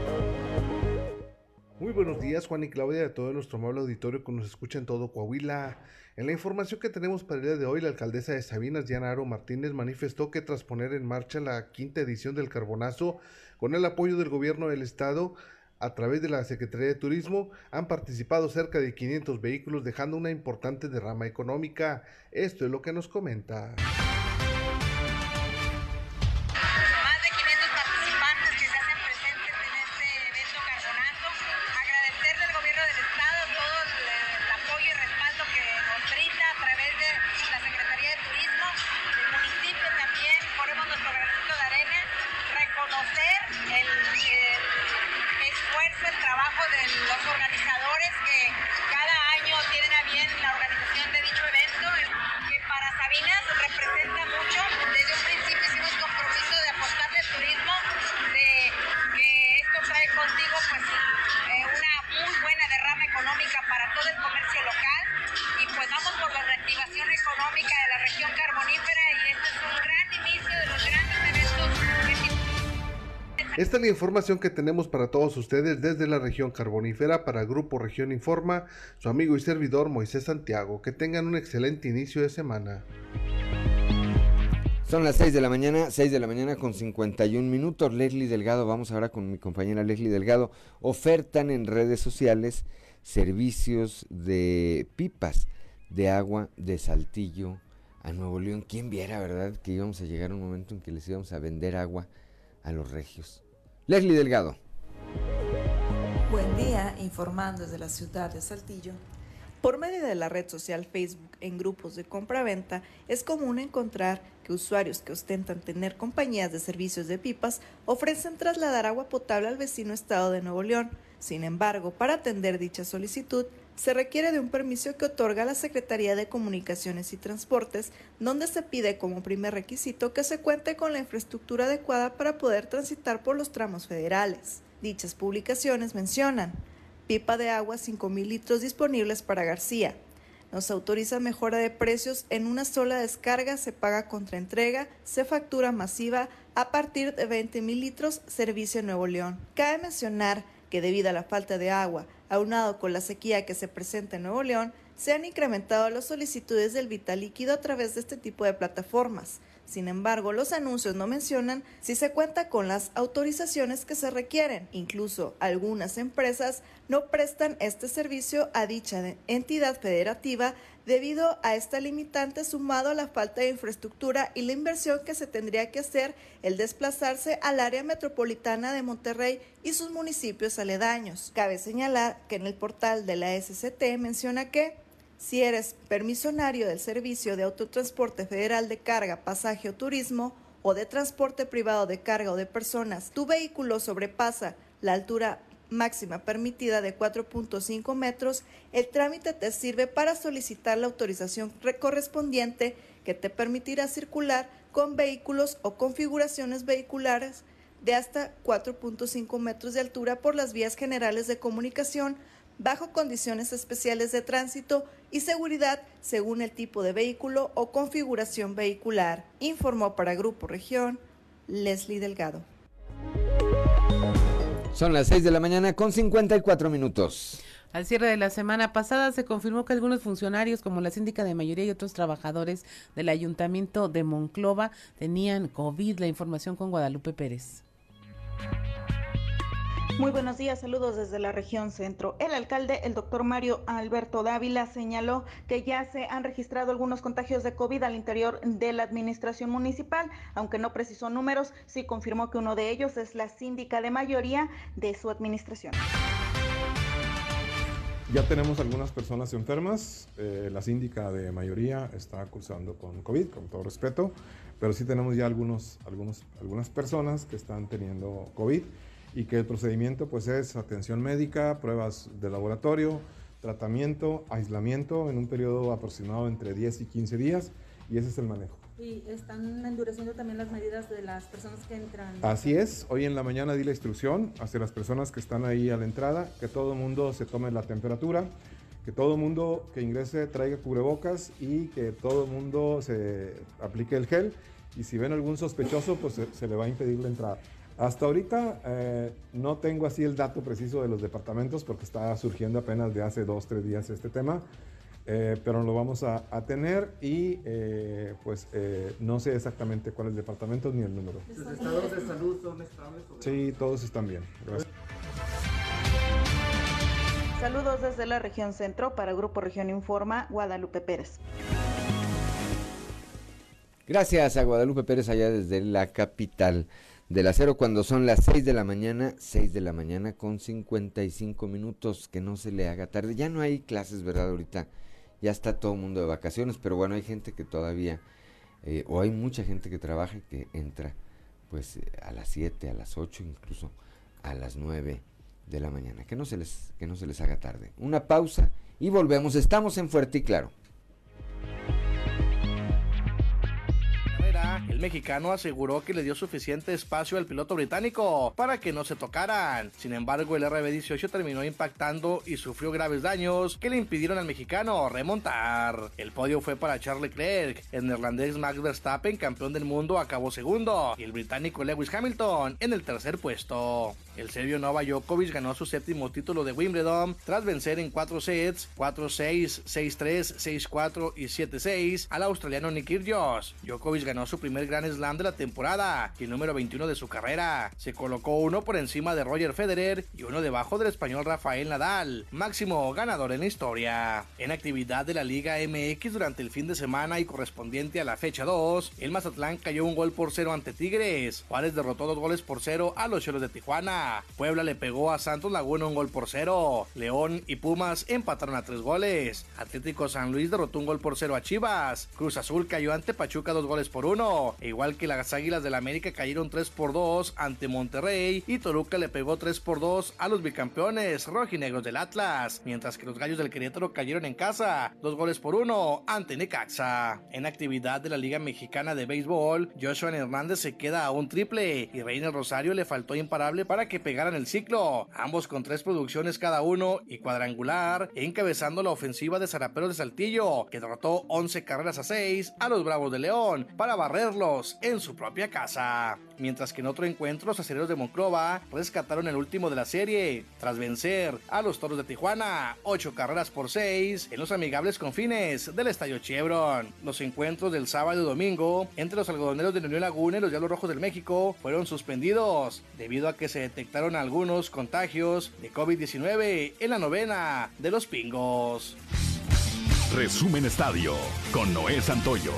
Muy buenos días, Juan y Claudia, de todo nuestro amable auditorio que nos escucha en todo Coahuila. En la información que tenemos para el día de hoy, la alcaldesa de Sabinas, Diana Aro Martínez, manifestó que tras poner en marcha la quinta edición del Carbonazo, con el apoyo del gobierno del estado, a través de la Secretaría de Turismo, han participado cerca de quinientos vehículos, dejando una importante derrama económica. Esto es lo que nos comenta. Esta es la información que tenemos para todos ustedes desde la región carbonífera. Para Grupo Región Informa, su amigo y servidor Moisés Santiago. Que tengan un excelente inicio de semana. Son las seis de la mañana, seis de la mañana con cincuenta y un minutos. Leslie Delgado, vamos ahora con mi compañera Leslie Delgado. Ofertan en redes sociales servicios de pipas de agua de Saltillo a Nuevo León. ¿Quién viera, verdad, que íbamos a llegar a un momento en que les íbamos a vender agua a los regios? Leslie Delgado. Buen día, informando desde la ciudad de Saltillo. Por medio de la red social Facebook en grupos de compra-venta, es común encontrar que usuarios que ostentan tener compañías de servicios de pipas ofrecen trasladar agua potable al vecino estado de Nuevo León. Sin embargo, para atender dicha solicitud, se requiere de un permiso que otorga la Secretaría de Comunicaciones y Transportes, donde se pide como primer requisito que se cuente con la infraestructura adecuada para poder transitar por los tramos federales. Dichas publicaciones mencionan: pipa de agua cinco mil litros disponibles para García. Nos autoriza mejora de precios en una sola descarga, se paga contra entrega, se factura masiva a partir de veinte mil litros, servicio en Nuevo León. Cabe mencionar que debido a la falta de agua, aunado con la sequía que se presenta en Nuevo León, se han incrementado las solicitudes del vital líquido a través de este tipo de plataformas. Sin embargo, los anuncios no mencionan si se cuenta con las autorizaciones que se requieren. Incluso algunas empresas no prestan este servicio a dicha entidad federativa debido a esta limitante, sumado a la falta de infraestructura y la inversión que se tendría que hacer el desplazarse al área metropolitana de Monterrey y sus municipios aledaños. Cabe señalar que en el portal de la S C T menciona que si eres permisionario del Servicio de Autotransporte Federal de Carga, Pasaje o Turismo, o de transporte privado de carga o de personas, tu vehículo sobrepasa la altura máxima permitida de cuatro punto cinco metros, el trámite te sirve para solicitar la autorización correspondiente que te permitirá circular con vehículos o configuraciones vehiculares de hasta cuatro punto cinco metros de altura por las vías generales de comunicación, bajo condiciones especiales de tránsito y seguridad según el tipo de vehículo o configuración vehicular. Informó para Grupo Región, Leslie Delgado. Son las seis de la mañana con cincuenta y cuatro minutos. Al cierre de la semana pasada se confirmó que algunos funcionarios, como la síndica de mayoría y otros trabajadores del Ayuntamiento de Monclova, tenían COVID. La información con Guadalupe Pérez. Muy buenos días, saludos desde la región centro. El alcalde, el doctor Mario Alberto Dávila, señaló que ya se han registrado algunos contagios de COVID al interior de la administración municipal, aunque no precisó números, sí confirmó que uno de ellos es la síndica de mayoría de su administración. Ya tenemos algunas personas enfermas, eh, la síndica de mayoría está cursando con COVID, con todo respeto, pero sí tenemos ya algunos, algunos, algunas personas que están teniendo COVID y que el procedimiento pues es atención médica, pruebas de laboratorio, tratamiento, aislamiento en un periodo aproximado entre diez y quince días y ese es el manejo. Y están endureciendo también las medidas de las personas que entran. Así es, hoy en la mañana di la instrucción hacia las personas que están ahí a la entrada, que todo el mundo se tome la temperatura, que todo el mundo que ingrese traiga cubrebocas y que todo el mundo se aplique el gel y si ven algún sospechoso pues se, se le va a impedir la entrada. Hasta ahorita eh, no tengo así el dato preciso de los departamentos porque está surgiendo apenas de hace dos, tres días este tema. Eh, pero lo vamos a, a tener y eh, pues eh, no sé exactamente cuáles departamentos ni el número. ¿Los estados de salud son estables? Sí, todos están bien. Gracias. Saludos desde la región centro para Grupo Región Informa, Guadalupe Pérez. Gracias a Guadalupe Pérez allá desde la capital del acero cuando son las seis de la mañana, seis de la mañana con cincuenta y cinco minutos, que no se le haga tarde. Ya no hay clases, ¿verdad? Ahorita ya está todo el mundo de vacaciones, pero bueno, hay gente que todavía, eh, o hay mucha gente que trabaja y que entra pues a las siete, a las ocho, incluso a las nueve de la mañana. Que no se les, que no se les haga tarde. Una pausa y volvemos. Estamos en Fuerte y Claro. El mexicano aseguró que le dio suficiente espacio al piloto británico para que no se tocaran. Sin embargo, el R B dieciocho terminó impactando y sufrió graves daños que le impidieron al mexicano remontar. El podio fue para Charles Leclerc. El neerlandés Max Verstappen, campeón del mundo, acabó segundo y el británico Lewis Hamilton en el tercer puesto. El serbio Novak Djokovic ganó su séptimo título de Wimbledon tras vencer en cuatro sets, cuatro seis, seis tres, seis cuatro y siete seis al australiano Nick Kyrgios. Djokovic ganó su primer Grand Slam de la temporada y el número veintiuno de su carrera. Se colocó uno por encima de Roger Federer y uno debajo del español Rafael Nadal, máximo ganador en la historia. En actividad de la Liga M X durante el fin de semana y correspondiente a la fecha dos, el Mazatlán cayó un gol por cero ante Tigres. Juárez derrotó dos goles por cero a los Cholos de Tijuana. Puebla le pegó a Santos Laguna un gol por cero. León y Pumas empataron a tres goles. Atlético San Luis derrotó un gol por cero a Chivas. Cruz Azul cayó ante Pachuca dos goles por uno. E igual que las Águilas del América cayeron tres por dos ante Monterrey y Toluca le pegó tres por dos a los bicampeones rojinegros del Atlas, mientras que los Gallos del Querétaro cayeron en casa dos goles por uno ante Necaxa. En actividad de la Liga Mexicana de Béisbol, Joshua Hernández se queda a un triple y Reiner Rosario le faltó imparable para que pegaran el ciclo, ambos con tres producciones cada uno y cuadrangular, encabezando la ofensiva de Zaraperos de Saltillo, que derrotó once carreras a seis a los Bravos de León para barrerlos en su propia casa. Mientras que en otro encuentro los Acereros de Monclova rescataron el último de la serie, tras vencer a los Toros de Tijuana, ocho carreras por seis en los amigables confines del Estadio Chevron. Los encuentros del sábado y domingo entre los algodoneros de Unión Laguna y los Diablos Rojos del México fueron suspendidos, debido a que se detectaron algunos contagios de COVID diecinueve en la novena de los Pingos. Resumen Estadio con Noé Santoyo.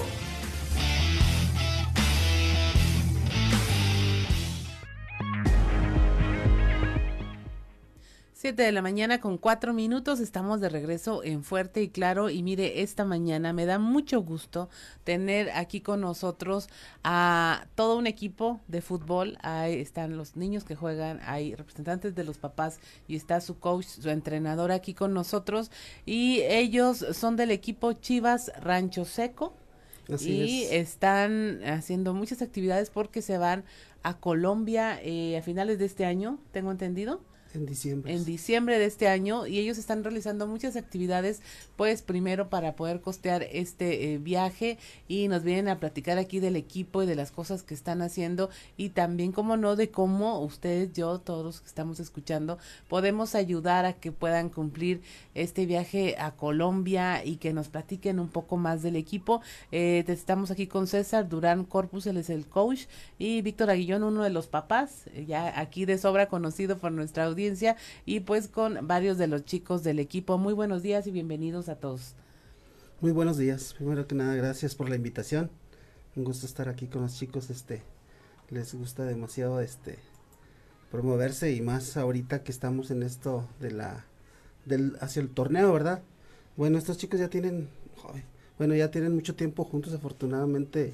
Siete de la mañana con cuatro minutos, estamos de regreso en Fuerte y Claro y mire, esta mañana me da mucho gusto tener aquí con nosotros a todo un equipo de fútbol. Ahí están los niños que juegan, hay representantes de los papás y está su coach, su entrenador aquí con nosotros y ellos son del equipo Chivas Rancho Seco. Así y es. Están haciendo muchas actividades porque se van a Colombia eh, a finales de este año, tengo entendido. En diciembre. En diciembre de este año, y ellos están realizando muchas actividades, pues primero para poder costear este eh, viaje, y nos vienen a platicar aquí del equipo y de las cosas que están haciendo, y también, como no, de cómo ustedes, yo, todos los que estamos escuchando, podemos ayudar a que puedan cumplir este viaje a Colombia y que nos platiquen un poco más del equipo. Eh, estamos aquí con César Durán Corpus, él es el coach, y Víctor Aguillón, uno de los papás, eh, ya aquí de sobra conocido por nuestra audiencia, y pues con varios de los chicos del equipo. Muy buenos días y bienvenidos a todos. Muy buenos días. Primero que nada, gracias por la invitación. Un gusto estar aquí con los chicos. Este, les gusta demasiado este promoverse, y más ahorita que estamos en esto de la del hacia el torneo, ¿verdad? Bueno, estos chicos ya tienen, joder, bueno, ya tienen mucho tiempo juntos, afortunadamente.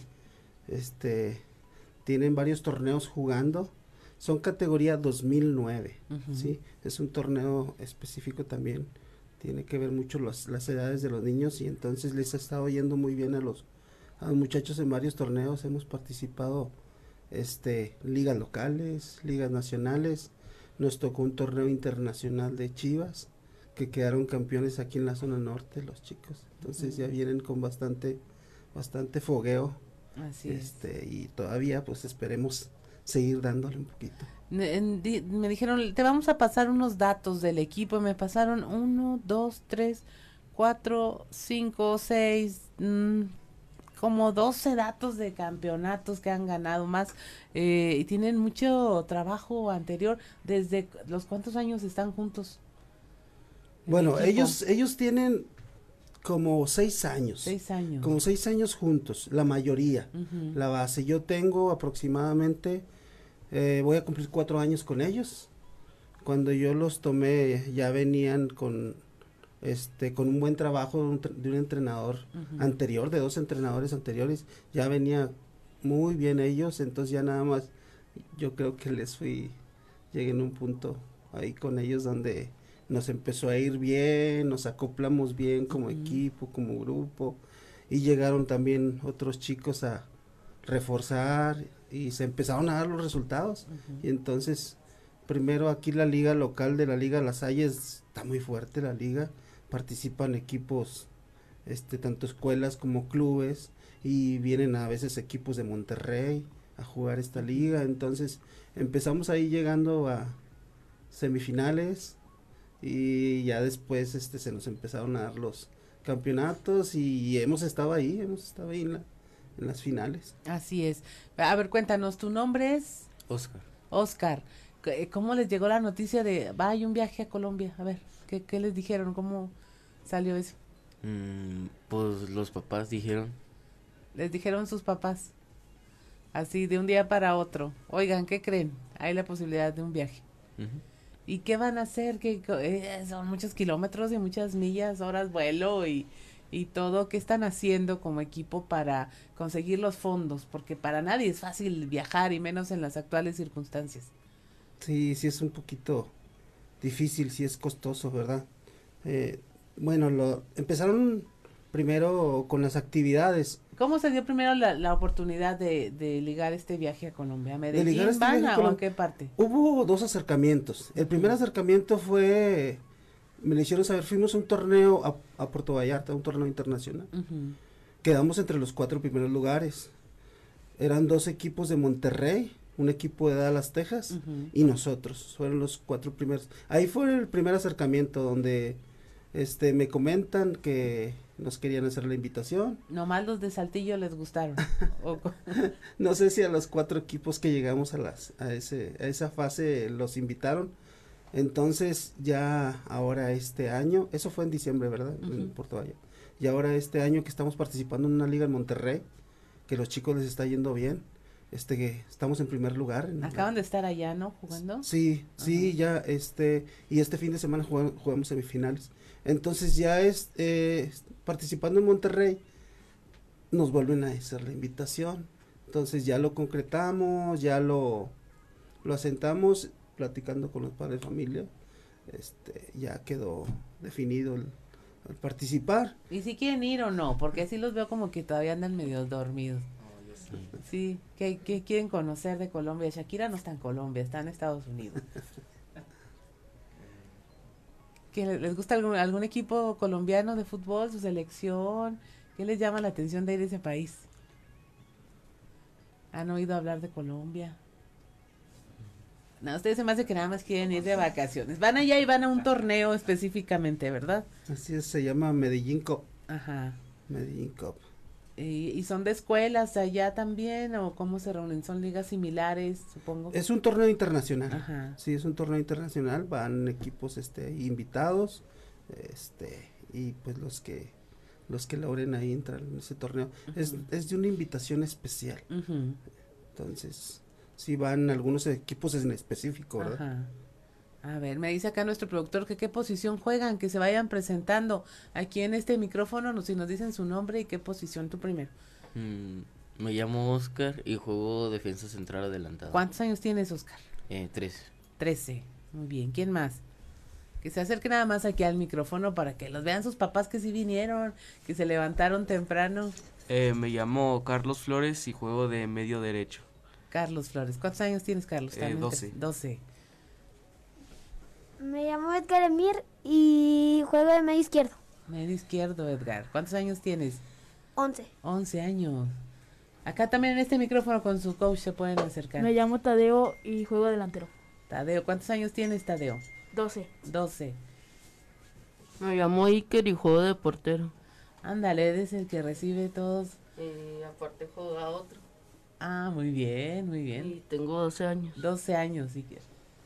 Este, tienen varios torneos jugando. Son categoría dos mil nueve, uh-huh. ¿sí? Es un torneo específico también, tiene que ver mucho los, las edades de los niños, y entonces les ha estado yendo muy bien a los, a los muchachos en varios torneos. Hemos participado este ligas locales, ligas nacionales, nos tocó un torneo internacional de Chivas, que quedaron campeones aquí en la zona norte los chicos, entonces uh-huh. ya vienen con bastante, bastante fogueo. Así este es. Y todavía pues esperemos seguir dándole un poquito. En, di, me dijeron, te vamos a pasar unos datos del equipo, me pasaron uno, dos, tres, cuatro, cinco, seis, mmm, como doce datos de campeonatos que han ganado más, eh, y tienen mucho trabajo anterior. ¿Desde los cuántos años están juntos? Bueno, ellos, ellos tienen como seis años. Seis años. Como seis años juntos, la mayoría, uh-huh. la base. Yo tengo aproximadamente, eh, voy a cumplir cuatro años con ellos. Cuando yo los tomé, ya venían con, este, con un buen trabajo de un, de un entrenador uh-huh. anterior, de dos entrenadores anteriores. Ya venía muy bien ellos, entonces ya nada más, yo creo que les fui, llegué en un punto ahí con ellos donde nos empezó a ir bien, nos acoplamos bien como uh-huh. equipo, como grupo, y llegaron también otros chicos a reforzar, y se empezaron a dar los resultados, uh-huh. y entonces, primero aquí la liga local de la Liga Las Hayes, está muy fuerte la liga, participan equipos, este, tanto escuelas como clubes, y vienen a veces equipos de Monterrey a jugar esta liga, entonces empezamos ahí llegando a semifinales, y ya después este se nos empezaron a dar los campeonatos, y hemos estado ahí, hemos estado ahí en, la, en las finales. Así es. A ver, cuéntanos, ¿tu nombre es? Oscar. Oscar, ¿cómo les llegó la noticia de, va, hay un viaje a Colombia? A ver, ¿qué, qué les dijeron? ¿Cómo salió eso? Mm, pues los papás dijeron. Les dijeron sus papás, así de un día para otro, oigan, ¿qué creen? Hay la posibilidad de un viaje. Uh-huh. ¿Y qué van a hacer? Que eh, son muchos kilómetros y muchas millas, horas vuelo y, y todo. ¿Qué están haciendo como equipo para conseguir los fondos? Porque para nadie es fácil viajar, y menos en las actuales circunstancias. Sí, sí es un poquito difícil, sí es costoso, ¿verdad? Eh, bueno, lo empezaron primero con las actividades. ¿Cómo se dio primero la, la oportunidad de, de ligar este viaje a Colombia? ¿A Medellín este van a, o a qué parte? Hubo dos acercamientos. El primer acercamiento fue, me lo hicieron saber, fuimos a un torneo a, a Puerto Vallarta, un torneo internacional. Uh-huh. Quedamos entre los cuatro primeros lugares. Eran dos equipos de Monterrey, un equipo de Dallas, Texas, uh-huh. y nosotros. Fueron los cuatro primeros. Ahí fue el primer acercamiento donde este me comentan que nos querían hacer la invitación. Nomás los de Saltillo les gustaron. o, no sé si a los cuatro equipos que llegamos a las a ese a esa fase los invitaron. Entonces ya ahora este año, eso fue en diciembre, ¿verdad? Uh-huh. En Puerto Vallarta. Y ahora este año que estamos participando en una liga en Monterrey, que los chicos les está yendo bien. Este que estamos en primer lugar. En Acaban la... de estar allá, ¿no? Jugando. Sí, uh-huh. sí, ya este y este fin de semana jugamos, jugamos semifinales. Entonces ya es eh, participando en Monterrey, nos vuelven a hacer la invitación. Entonces ya lo concretamos, ya lo, lo asentamos, platicando con los padres de familia, este, ya quedó definido el, el participar. ¿Y si quieren ir o no? Porque así los veo como que todavía andan medio dormidos. Oh, sí, ¿qué, qué quieren conocer de Colombia? Shakira no está en Colombia, está en Estados Unidos. ¿Que les gusta algún, algún equipo colombiano de fútbol, su selección? ¿Qué les llama la atención de ir a ese país? ¿Han oído hablar de Colombia? No, ustedes se me hace que nada más quieren ir de vacaciones. Van allá y van a un torneo específicamente, ¿verdad? Así es, se llama Medellín Cup. Ajá. Medellín Cup. ¿Y, y son de escuelas allá también o cómo se reúnen? ¿Son ligas similares, supongo? Es un torneo internacional. Ajá. Sí, es un torneo internacional, van equipos este invitados, este y pues los que los que logren ahí entrar en ese torneo. Uh-huh. Es es de una invitación especial. Uh-huh. Entonces, sí van algunos equipos en específico, ¿verdad? Ajá. A ver, me dice acá nuestro productor que qué posición juegan, que se vayan presentando aquí en este micrófono, no, si nos dicen su nombre y qué posición, tú primero. Mm, me llamo Oscar y juego defensa central adelantado. ¿Cuántos años tienes, Oscar? Eh, trece. Trece, muy bien. ¿Quién más? Que se acerque nada más aquí al micrófono para que los vean sus papás que sí vinieron, que se levantaron temprano. Eh, me llamo Carlos Flores y juego de medio derecho. Carlos Flores, ¿cuántos años tienes, Carlos? Eh, doce. doce. Me llamo Edgar Emir y juego de medio izquierdo. Medio izquierdo, Edgar. ¿Cuántos años tienes? once. once años. Acá también en este micrófono con su coach se pueden acercar. Me llamo Tadeo y juego delantero. Tadeo, ¿cuántos años tienes, Tadeo? doce. doce. Me llamo Iker y juego de portero. Ándale, eres el que recibe todos. Y aparte juega otro. Ah, muy bien, muy bien. Y tengo doce años. doce años, Iker.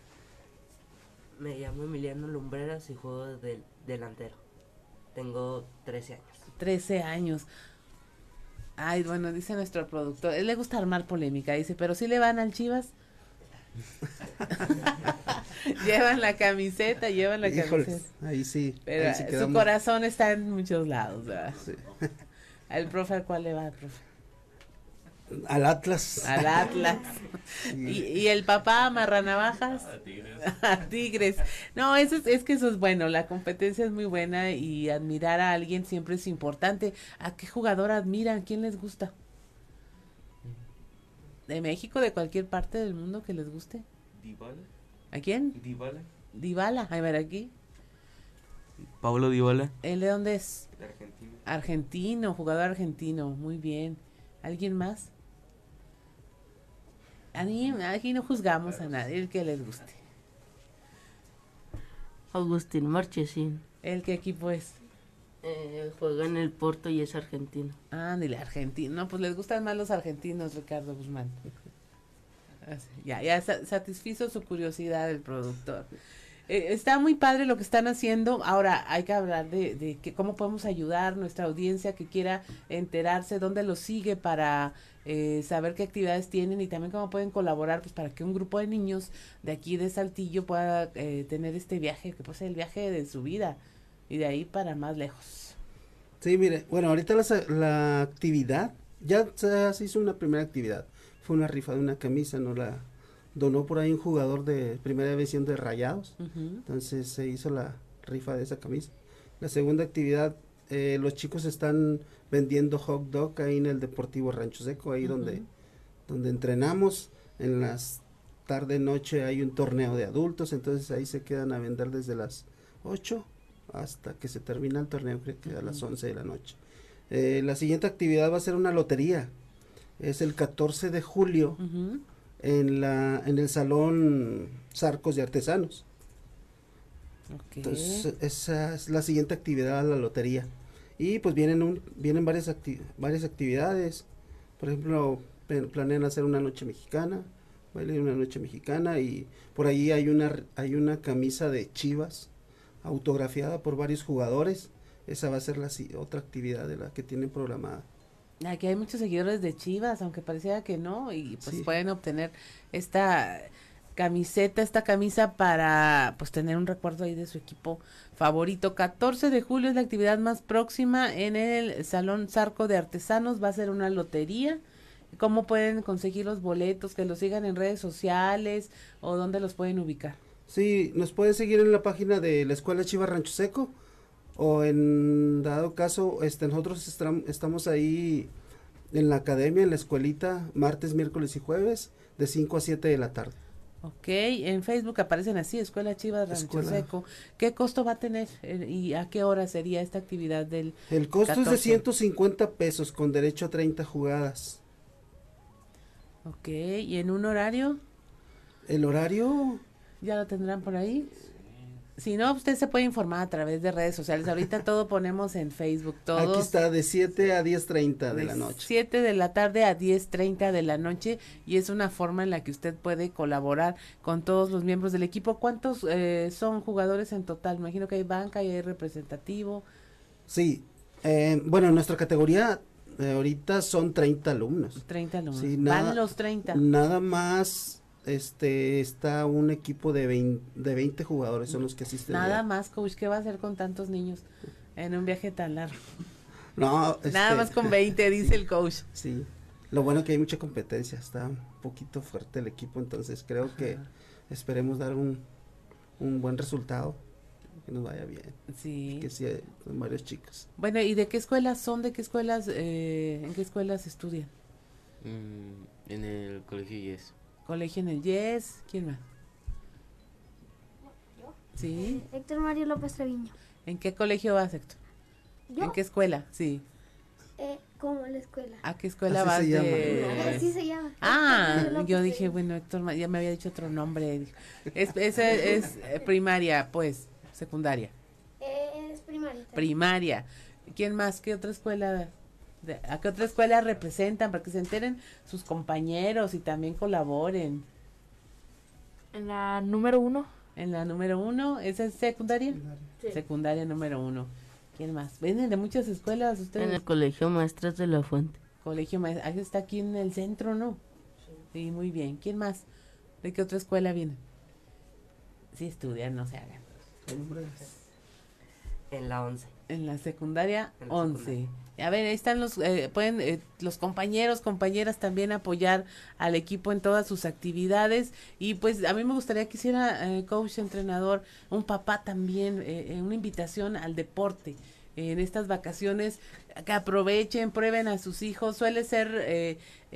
Me llamo Emiliano Lumbreras y juego de delantero. Tengo trece años. trece años. Ay, bueno, dice nuestro productor, él le gusta armar polémica, dice, pero si le van al Chivas. Llevan la camiseta, llevan la Híjoles, camiseta. ahí sí. Pero ahí sí su quedamos. corazón está en muchos lados, ¿verdad? Sí. ¿Al profe al cuál le va, profe? Al Atlas. Al Atlas. Sí. ¿Y, y el papá amarra navajas? A Tigres. A Tigres. No, eso es, es que eso es bueno, la competencia es muy buena y admirar a alguien siempre es importante. ¿A qué jugador admiran? ¿Quién les gusta? ¿De México, de cualquier parte del mundo que les guste? Dybala. ¿A quién? Dybala. Dybala, a ver aquí. Pablo Dybala. ¿Él de dónde es? De Argentina. Argentino, jugador argentino, muy bien. ¿Alguien más? Aquí, aquí no juzgamos a nadie, el que les guste. Agustín Marchesín. ¿El qué equipo es? Eh, juega en el Porto y es argentino. Ah, dile argentino. No, pues les gustan más los argentinos, Ricardo Guzmán. Ya, ya satisfizo su curiosidad el productor. Eh, está muy padre lo que están haciendo. Ahora hay que hablar de, de que cómo podemos ayudar a nuestra audiencia que quiera enterarse, dónde los sigue para eh, saber qué actividades tienen y también cómo pueden colaborar pues para que un grupo de niños de aquí de Saltillo pueda eh, tener este viaje, que puede ser el viaje de su vida y de ahí para más lejos. Sí, mire, bueno, ahorita la, la actividad, ya se, se hizo una primera actividad, fue una rifa de una camisa, no la donó por ahí un jugador de primera división de Rayados, uh-huh. Entonces se hizo la rifa de esa camisa. La segunda actividad, eh, los chicos están vendiendo hot dog ahí en el Deportivo Rancho Seco, ahí uh-huh. donde, donde entrenamos. En las tarde noche hay un torneo de adultos, entonces ahí se quedan a vender desde las ocho hasta que se termina el torneo, creo que uh-huh. a las once de la noche. Eh, la siguiente actividad va a ser una lotería, es el catorce de julio, uh-huh. en la en el Salón Sarcos de Artesanos. Okay. Entonces esa es la siguiente actividad, la lotería. Y pues vienen un, vienen varias acti varias actividades. Por ejemplo, planean hacer una noche mexicana, bailar una noche mexicana y por ahí hay una hay una camisa de Chivas autografiada por varios jugadores. Esa va a ser la otra actividad de la que tienen programada. Aquí hay muchos seguidores de Chivas, aunque pareciera que no, y pues sí. pueden obtener esta camiseta, esta camisa para pues tener un recuerdo ahí de su equipo favorito. catorce de julio es la actividad más próxima en el Salón Sarco de Artesanos, va a ser una lotería. ¿Cómo pueden conseguir los boletos? Que los sigan en redes sociales o dónde los pueden ubicar. Sí, nos pueden seguir en la página de la Escuela Chivas Rancho Seco. O en dado caso, este, nosotros estam, estamos ahí en la academia, en la escuelita, martes, miércoles y jueves, de cinco a siete de la tarde. Ok, en Facebook aparecen así, Escuela Chivas Rancho Escuela. Seco. ¿Qué costo va a tener eh, y a qué hora sería esta actividad del El costo catorce? es de ciento cincuenta pesos con derecho a treinta jugadas. Ok, ¿y en un horario? El horario... ¿Ya lo tendrán por ahí? Si no, usted se puede informar a través de redes sociales. Ahorita todo ponemos en Facebook, todos. Aquí está, de siete a diez treinta de la noche. siete de la tarde a diez treinta de la noche, y es una forma en la que usted puede colaborar con todos los miembros del equipo. ¿Cuántos eh, son jugadores en total? Me imagino que hay banca y hay representativo. Sí, eh, bueno, en nuestra categoría eh, ahorita son treinta alumnos. treinta alumnos. Sí, Van nada, los treinta. Nada más este está un equipo de veinte, de veinte jugadores, son los que asisten. Nada ya. más, coach, ¿qué va a hacer con tantos niños en un viaje tan largo? No, este, Nada más con veinte, dice el coach. Sí, lo bueno que hay mucha competencia, está un poquito fuerte el equipo, entonces creo Ajá. que esperemos dar un, un buen resultado, que nos vaya bien. Sí. Que sí, hay varios chicos. Bueno, ¿y de qué escuelas son? ¿De qué escuelas, eh, en qué escuelas estudian? Mm, en el colegio Yes. Colegio en el Yes, ¿quién más? Sí. Héctor Mario López Treviño. ¿En qué colegio vas, Héctor? ¿Yo? ¿En qué escuela? Sí. Eh, como la escuela. ¿A qué escuela Así vas se llama. de...? Así se llama. Ah, Héctor Mario López yo dije, Treviño. bueno, Héctor, Ma- ya me había dicho otro nombre. Es, esa es eh, primaria, pues, secundaria. Eh, es primaria. Primaria. ¿Quién más? ¿Qué otra escuela? de- ¿A qué otra escuela representan? Para que se enteren sus compañeros y también colaboren. En la número uno. En la número uno, ¿esa es secundaria? Sí. Secundaria número uno. ¿Quién más? ¿Vienen de muchas escuelas ustedes? En el Colegio Maestras de la Fuente. Colegio Maestro, ah, está aquí en el centro, ¿no? Sí, muy bien. ¿Quién más? ¿De qué otra escuela vienen? Sí, estudian, no se hagan. En la once. En la secundaria, En la once. secundaria. A ver, ahí están los, eh, pueden eh, los compañeros, compañeras también apoyar al equipo en todas sus actividades. Y pues a mí me gustaría que hiciera, eh, coach, entrenador, un papá también, eh, eh, una invitación al deporte. Eh, en estas vacaciones, que aprovechen, prueben a sus hijos. Suele ser eh,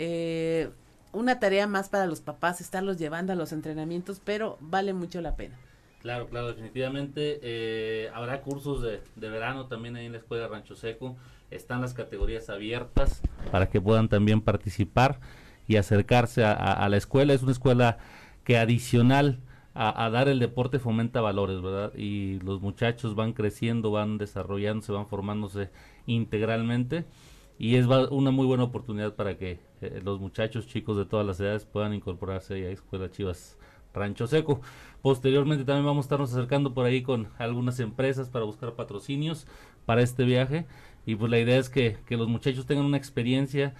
eh, una tarea más para los papás estarlos llevando a los entrenamientos, pero vale mucho la pena. Claro, claro, definitivamente eh, habrá cursos de, de verano también ahí en la Escuela Rancho Seco. Están las categorías abiertas para que puedan también participar y acercarse a, a, a la escuela. Es una escuela que adicional a, a dar el deporte fomenta valores, ¿verdad? Y los muchachos van creciendo, van desarrollándose, van formándose integralmente. Y es va- una muy buena oportunidad para que eh, los muchachos chicos de todas las edades puedan incorporarse ahí a Escuela Chivas Rancho Seco. Posteriormente también vamos a estarnos acercando por ahí con algunas empresas para buscar patrocinios para este viaje, y pues la idea es que, que los muchachos tengan una experiencia,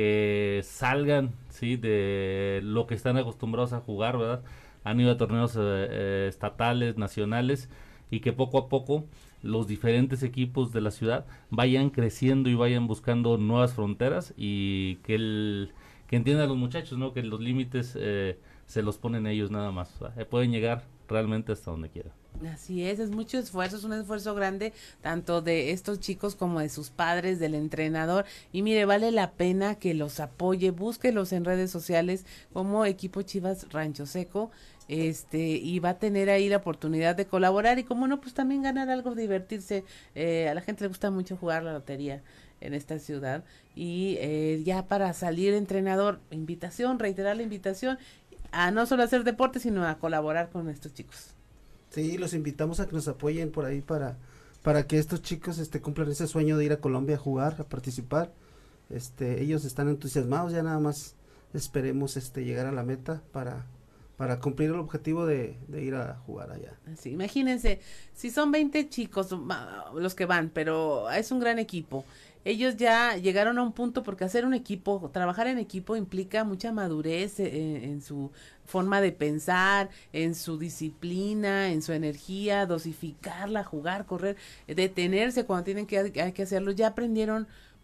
que salgan, sí, de lo que están acostumbrados a jugar, ¿verdad? Han ido a torneos eh, eh, estatales, nacionales, y que poco a poco los diferentes equipos de la ciudad vayan creciendo y vayan buscando nuevas fronteras, y que el que entiendan los muchachos, ¿no? Que los límites eh, se los ponen ellos nada más, ¿verdad? Eh, pueden llegar realmente hasta donde quieran. Así es, es mucho esfuerzo, es un esfuerzo grande, tanto de estos chicos como de sus padres, del entrenador, y mire, vale la pena que los apoye, búsquelos en redes sociales como Equipo Chivas Rancho Seco, este, y va a tener ahí la oportunidad de colaborar, y como no, pues también ganar algo, divertirse. Eh, a la gente le gusta mucho jugar la lotería en esta ciudad, y eh, ya para salir, entrenador, invitación, reiterar la invitación a no solo hacer deporte, sino a colaborar con estos chicos. Sí, los invitamos a que nos apoyen por ahí para, para que estos chicos este, cumplan ese sueño de ir a Colombia a jugar, a participar. Este, ellos están entusiasmados, ya nada más esperemos este, llegar a la meta para, para cumplir el objetivo de, de ir a jugar allá. Así, imagínense, si son veinte chicos ma- los que van, pero es un gran equipo. Ellos ya llegaron a un punto, porque hacer un equipo, trabajar en equipo implica mucha madurez eh, en su forma de pensar, en su disciplina, en su energía, dosificarla, jugar, correr, detenerse cuando tienen que, hay que hacerlo. Ya aprendieron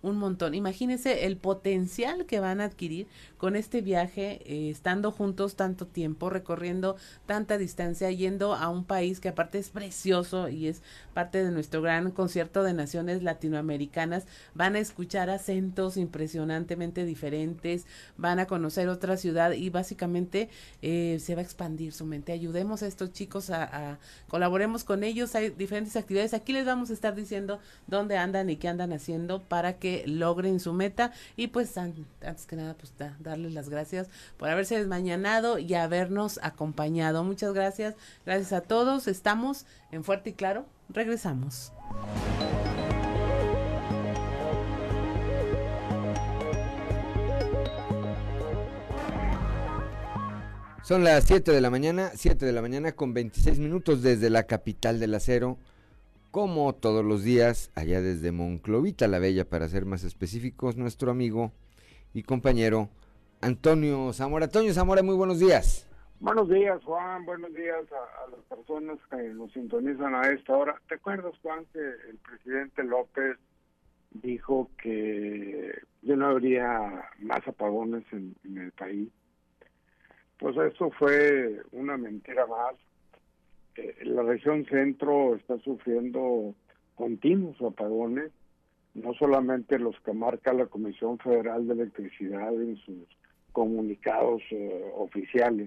un montón. Imagínense el potencial que van a adquirir con este viaje, eh, estando juntos tanto tiempo, recorriendo tanta distancia, yendo a un país que aparte es precioso y es parte de nuestro gran concierto de naciones latinoamericanas. Van a escuchar acentos impresionantemente diferentes, van a conocer otra ciudad y básicamente eh, se va a expandir su mente. Ayudemos a estos chicos a, a colaboremos con ellos. Hay diferentes actividades. Aquí les vamos a estar diciendo dónde andan y qué andan haciendo para que logren su meta. Y pues an, antes que nada, pues da, darles las gracias por haberse desmañanado y habernos acompañado. Muchas gracias. Gracias a todos. Estamos en Fuerte y Claro. Regresamos. Son las siete de la mañana, siete de la mañana con veintiséis minutos desde la capital del acero, como todos los días, allá desde Monclovita la Bella, para ser más específicos, nuestro amigo y compañero Antonio Zamora. Antonio Zamora, muy buenos días. Buenos días, Juan, buenos días a, a las personas que nos sintonizan a esta hora. ¿Te acuerdas, Juan, que el presidente López dijo que ya no habría más apagones en, en el país? Pues eso fue una mentira más. Eh, la región centro está sufriendo continuos apagones, no solamente los que marca la Comisión Federal de Electricidad en sus comunicados eh, oficiales.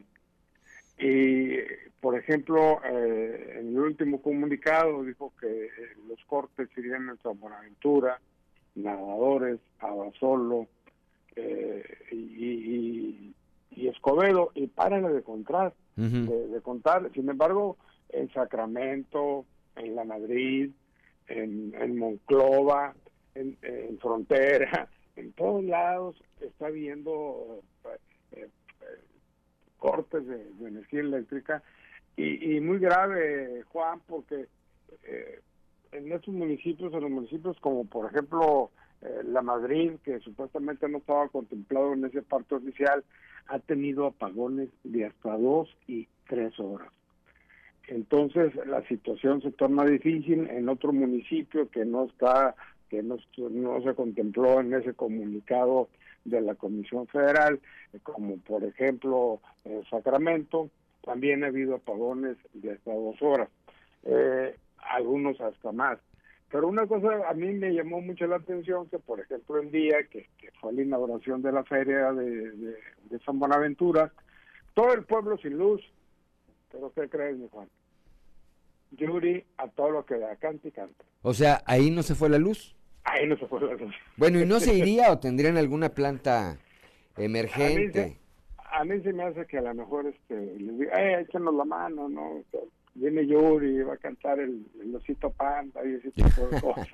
Y, por ejemplo, eh, en el último comunicado dijo que eh, los cortes irían en San Buenaventura, Nadadores, Abasolo eh, y, y y Escobedo, y párale de contar, uh-huh. de, de contar. Sin embargo, en Sacramento, en La Madrid, en, en Monclova, en, en Frontera, en todos lados está habiendo eh, eh, cortes de, de energía eléctrica, y, y muy grave, Juan, porque eh, en estos municipios, en los municipios como por ejemplo eh, La Madrid, que supuestamente no estaba contemplado en ese parte oficial, ha tenido apagones de hasta dos y tres horas. Entonces la situación se torna difícil en otro municipio que no está, que no, no se contempló en ese comunicado de la Comisión Federal, como por ejemplo en Sacramento, también ha habido apagones de hasta dos horas, eh, algunos hasta más. Pero una cosa a mí me llamó mucho la atención, que por ejemplo el día que, que fue la inauguración de la feria de, de, de San Buenaventura, todo el pueblo sin luz. Pero ¿qué crees, mi Juan? Yuri a todo lo que da, canta y canta. O sea, ¿ahí no se fue la luz? Ahí no se fue la luz. Bueno, ¿y no se iría o tendrían alguna planta emergente? A mí se, a mí se me hace que a lo mejor este, les diga, eh, échanos la mano, ¿no? Viene Yuri, va a cantar el, el osito panda y ese tipo de cosas.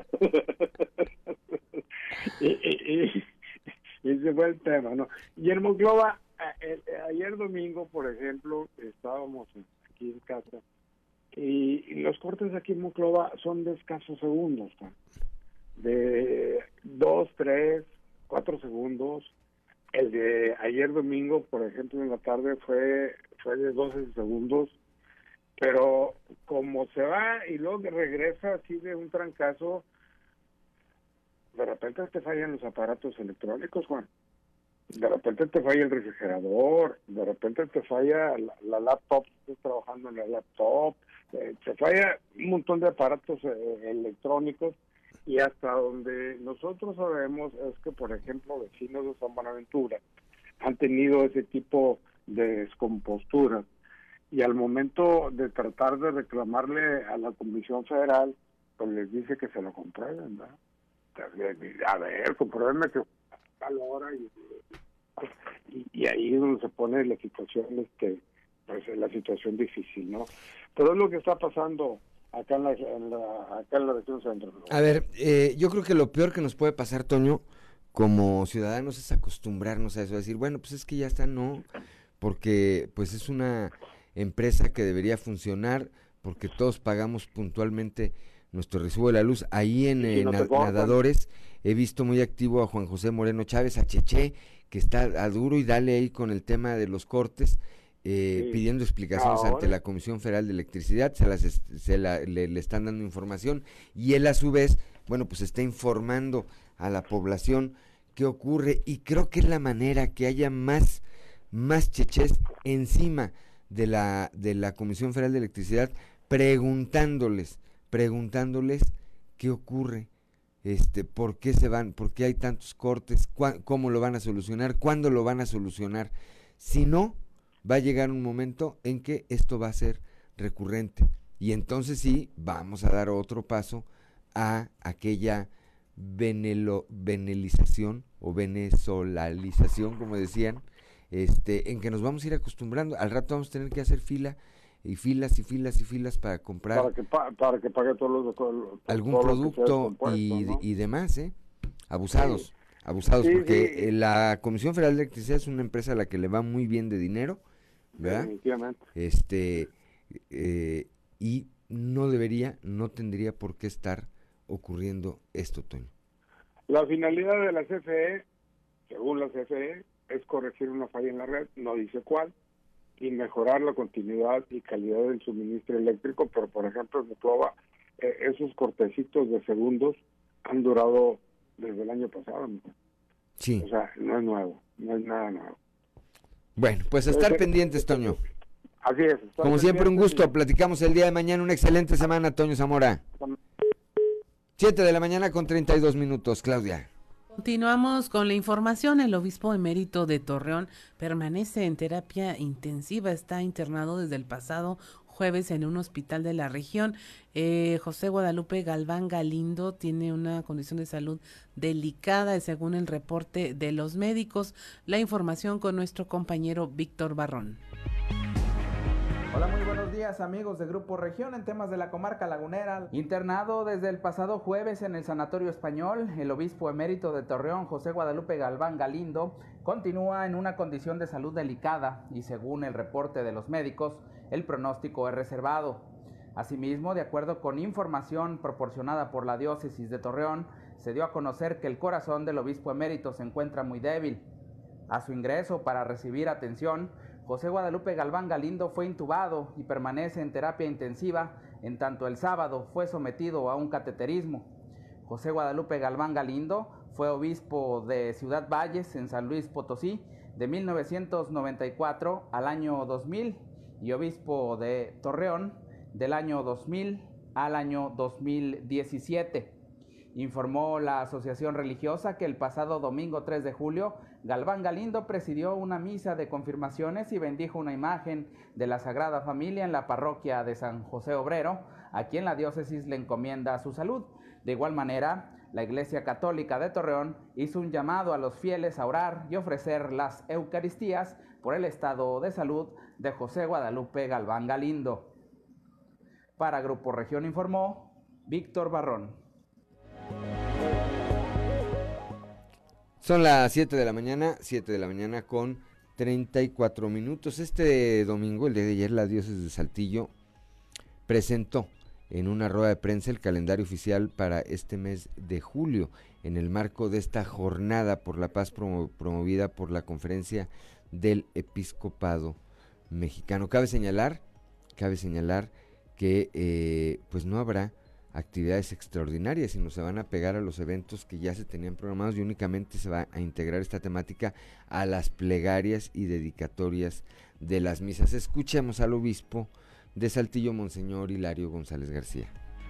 y, y, y, y ese fue el tema, ¿no? Y en Monclova, a, a, ayer domingo, por ejemplo, estábamos aquí en casa, y, y los cortes aquí en Monclova son de escasos segundos, ¿no? De dos, tres, cuatro segundos. El de ayer domingo, por ejemplo, en la tarde fue, fue de doce segundos. Pero como se va y luego regresa así de un trancazo, de repente te fallan los aparatos electrónicos, Juan. De repente te falla el refrigerador, de repente te falla la, la laptop, estás trabajando en la laptop, eh, te falla un montón de aparatos eh, electrónicos, y hasta donde nosotros sabemos es que, por ejemplo, vecinos de San Buenaventura han tenido ese tipo de descompostura. Y al momento de tratar de reclamarle a la Comisión Federal, pues les dice que se lo comprueben, ¿verdad? A ver, compruébenme que a tal hora, y, y, y ahí es donde se pone la situación, este, pues la situación difícil, ¿no? Pero es lo que está pasando acá en la, en la, acá en la región centro, ¿no? A ver, eh, yo creo que lo peor que nos puede pasar, Toño, como ciudadanos, es acostumbrarnos a eso, a decir, bueno, pues es que ya está, no, porque pues es una empresa que debería funcionar, porque todos pagamos puntualmente nuestro recibo de la luz. Ahí en eh, no na- Nadadores he visto muy activo a Juan José Moreno Chávez, a Cheche, que está a duro y dale ahí con el tema de los cortes, eh, sí. pidiendo explicaciones Ahora. ante la Comisión Federal de Electricidad, se las se la, le, le están dando información, y él a su vez bueno, pues está informando a la población qué ocurre, y creo que es la manera que haya más, más cheches encima de la, de la Comisión Federal de Electricidad, preguntándoles, preguntándoles qué ocurre, este, por qué se van, por qué hay tantos cortes, cómo lo van a solucionar, cuándo lo van a solucionar. Si no, va a llegar un momento en que esto va a ser recurrente, y entonces sí, vamos a dar otro paso a aquella venelo, venelización o venezolalización, como decían, este, en que nos vamos a ir acostumbrando. Al rato vamos a tener que hacer fila y filas y filas y filas para comprar para que, pa, para que pague todos los, los algún todo producto y, ¿no? y demás, ¿eh? Abusados, sí. abusados, sí, porque sí. la Comisión Federal de Electricidad es una empresa a la que le va muy bien de dinero, ¿verdad? Definitivamente. Este, eh, y no debería, no tendría por qué estar ocurriendo esto, Toño. La finalidad de la C F E, según la C F E, es corregir una falla en la red, no dice cuál, y mejorar la continuidad y calidad del suministro eléctrico, pero por ejemplo en Monclova, eh, esos cortecitos de segundos han durado desde el año pasado, ¿no? Sí. O sea, no es nuevo, no es nada nuevo. Bueno, pues a estar Entonces, pendientes, Toño. Así es. Como siempre, un gusto. Platicamos el día de mañana. Una excelente semana, Toño Zamora. siete de la mañana con treinta y dos minutos, Claudia. Continuamos con la información. El obispo emérito de Torreón permanece en terapia intensiva. Está internado desde el pasado jueves en un hospital de la región. Eh, José Guadalupe Galván Galindo tiene una condición de salud delicada, según el reporte de los médicos. La información con nuestro compañero Víctor Barrón. Hola, muy buenos días amigos de Grupo Región. En temas de la comarca lagunera, internado desde el pasado jueves en el Sanatorio Español, el obispo emérito de Torreón, José Guadalupe Galván Galindo, continúa en una condición de salud delicada y según el reporte de los médicos, el pronóstico es reservado. Asimismo, de acuerdo con información proporcionada por la diócesis de Torreón, se dio a conocer que el corazón del obispo emérito se encuentra muy débil. A su ingreso para recibir atención, José Guadalupe Galván Galindo fue intubado y permanece en terapia intensiva, en tanto el sábado fue sometido a un cateterismo. José Guadalupe Galván Galindo fue obispo de Ciudad Valles, en San Luis Potosí, de mil novecientos noventa y cuatro al año dos mil y obispo de Torreón del año dos mil al año dos mil diecisiete. Informó la asociación religiosa que el pasado domingo tres de julio, Galván Galindo presidió una misa de confirmaciones y bendijo una imagen de la Sagrada Familia en la parroquia de San José Obrero, a quien la diócesis le encomienda su salud. De igual manera, la Iglesia Católica de Torreón hizo un llamado a los fieles a orar y ofrecer las Eucaristías por el estado de salud de José Guadalupe Galván Galindo. Para Grupo Región informó Víctor Barrón. Son las siete de la mañana, siete de la mañana con treinta y cuatro minutos. Este domingo, el día de ayer, la diócesis de Saltillo presentó en una rueda de prensa el calendario oficial para este mes de julio, en el marco de esta jornada por la paz promo promovida por la Conferencia del Episcopado Mexicano. Cabe señalar, cabe señalar que eh, pues no habrá actividades extraordinarias, sino se van a pegar a los eventos que ya se tenían programados y únicamente se va a integrar esta temática a las plegarias y dedicatorias de las misas. Escuchemos al obispo de Saltillo, Monseñor Hilario González García.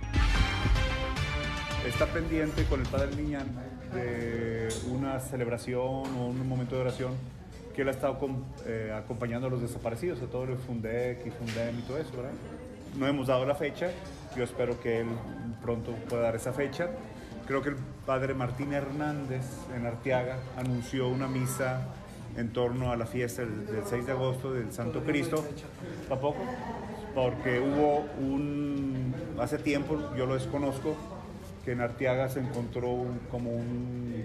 Está pendiente con el Padre Liñán de una celebración o un momento de oración que él ha estado con, eh, acompañando a los desaparecidos, a todo el Fundec y Fundem y todo eso, ¿verdad? No hemos dado la fecha, yo espero que él pronto pueda dar esa fecha. Creo que el padre Martín Hernández en Arteaga anunció una misa en torno a la fiesta del, del seis de agosto del Santo Cristo. ¿Tampoco? Porque hubo un... hace tiempo, yo lo desconozco, que en Arteaga se encontró un, como un...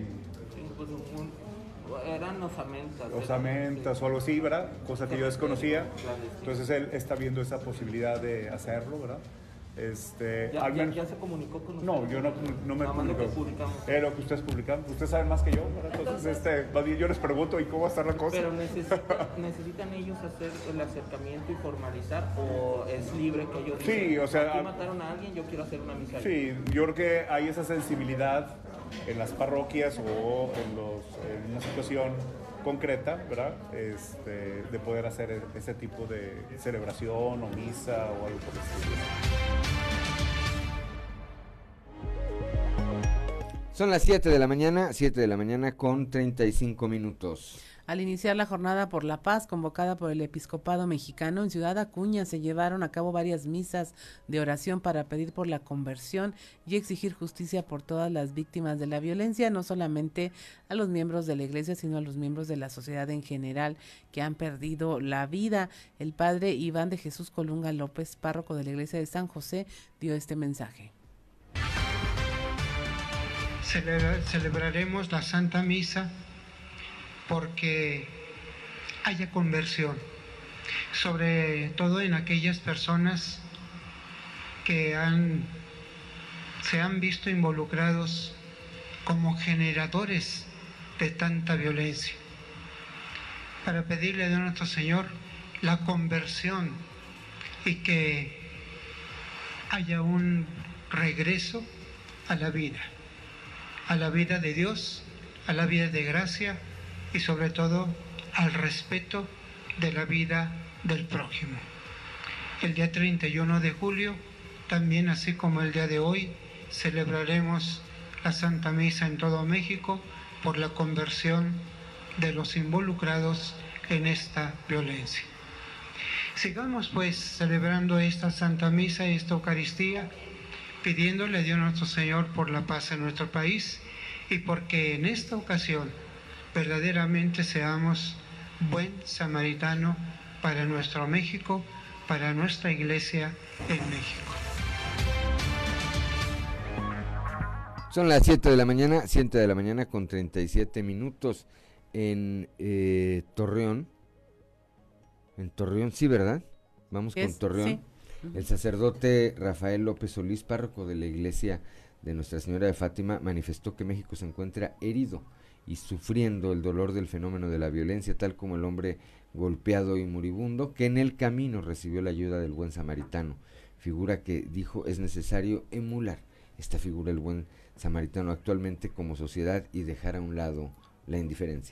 Eran osamentas. Osamentas o algo así, ¿verdad? Cosa que yo desconocía. Entonces él está viendo esa posibilidad de hacerlo, ¿verdad? Este, ¿Ya, al ya, menos- ya se comunicó con usted? No, yo no, no me Nada más lo que comunico. publicamos. Eh, lo que ustedes publican. Ustedes saben más que yo, ¿verdad? Entonces, este, más bien yo les pregunto, ¿y cómo va a estar la cosa? Pero necesitan, necesitan ellos hacer el acercamiento y formalizar, o es libre que ellos Sí, dicen, o sea, aquí a- mataron a alguien, yo quiero hacer una misa. Sí, yo creo que hay esa sensibilidad en las parroquias o en, los, en una situación concreta, ¿verdad? Este, de poder hacer e- ese tipo de celebración o misa o algo por el estilo. Son las siete de la mañana, siete de la mañana con treinta y cinco minutos. Al iniciar la Jornada por la Paz, convocada por el Episcopado Mexicano, en Ciudad Acuña se llevaron a cabo varias misas de oración para pedir por la conversión y exigir justicia por todas las víctimas de la violencia, no solamente a los miembros de la Iglesia, sino a los miembros de la sociedad en general que han perdido la vida. El padre Iván de Jesús Colunga López, párroco de la Iglesia de San José, dio este mensaje. Celebra- celebraremos la Santa Misa porque haya conversión, sobre todo en aquellas personas que han, se han visto involucrados como generadores de tanta violencia, para pedirle a nuestro Señor la conversión y que haya un regreso a la vida, a la vida de Dios, a la vida de gracia y sobre todo al respeto de la vida del prójimo. El día treinta y uno de julio, también así como el día de hoy, celebraremos la Santa Misa en todo México por la conversión de los involucrados en esta violencia. Sigamos pues celebrando esta Santa Misa y esta Eucaristía, pidiéndole a Dios nuestro Señor por la paz en nuestro país y porque en esta ocasión verdaderamente seamos buen samaritano para nuestro México, para nuestra iglesia en México. Son las siete de la mañana, siete de la mañana con treinta y siete minutos en eh, Torreón. En Torreón, sí, ¿verdad? Vamos con Es- Torreón. sí. El sacerdote Rafael López Solís, párroco de la iglesia de Nuestra Señora de Fátima, manifestó que México se encuentra herido y sufriendo el dolor del fenómeno de la violencia, tal como el hombre golpeado y moribundo, que en el camino recibió la ayuda del buen samaritano, figura que dijo es necesario emular esta figura del buen samaritano actualmente como sociedad y dejar a un lado la indiferencia.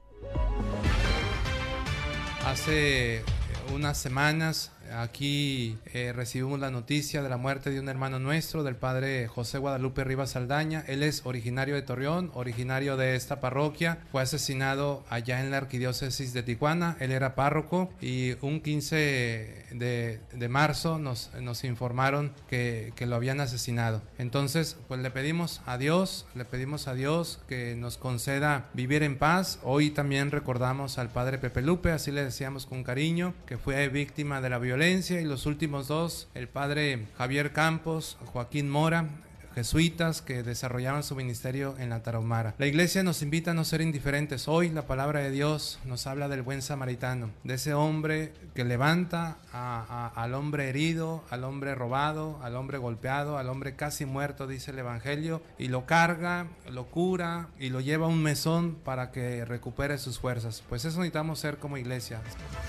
Hace unas semanas aquí eh, recibimos la noticia de la muerte de un hermano nuestro, del padre José Guadalupe Rivas Saldaña. Él es originario de Torreón, originario de esta parroquia. Fue asesinado allá en la arquidiócesis de Tijuana. Él era párroco y un quince de, de marzo nos, nos informaron que, que lo habían asesinado. Entonces, pues le pedimos a Dios, le pedimos a Dios que nos conceda vivir en paz. Hoy también recordamos al padre Pepe Lupe, así le decíamos con cariño, que fue víctima de la violencia, y los últimos dos, el padre Javier Campos, Joaquín Mora, jesuitas que desarrollaban su ministerio en la Tarahumara. La iglesia nos invita a no ser indiferentes. Hoy la palabra de Dios nos habla del buen samaritano, de ese hombre que levanta a, a, al hombre herido, al hombre robado, al hombre golpeado, al hombre casi muerto, dice el Evangelio, y lo carga, lo cura y lo lleva a un mesón para que recupere sus fuerzas. Pues eso necesitamos ser como iglesia.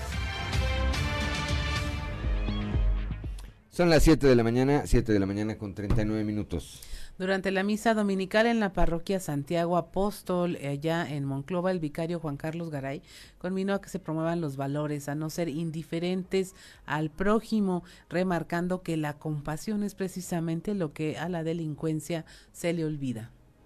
Son las siete de la mañana, siete de la mañana con treinta y nueve minutos. Durante la misa dominical en la parroquia Santiago Apóstol, allá en Monclova, el vicario Juan Carlos Garay conminó a que se promuevan los valores, a no ser indiferentes al prójimo, remarcando que la compasión es precisamente lo que a la delincuencia se le olvida.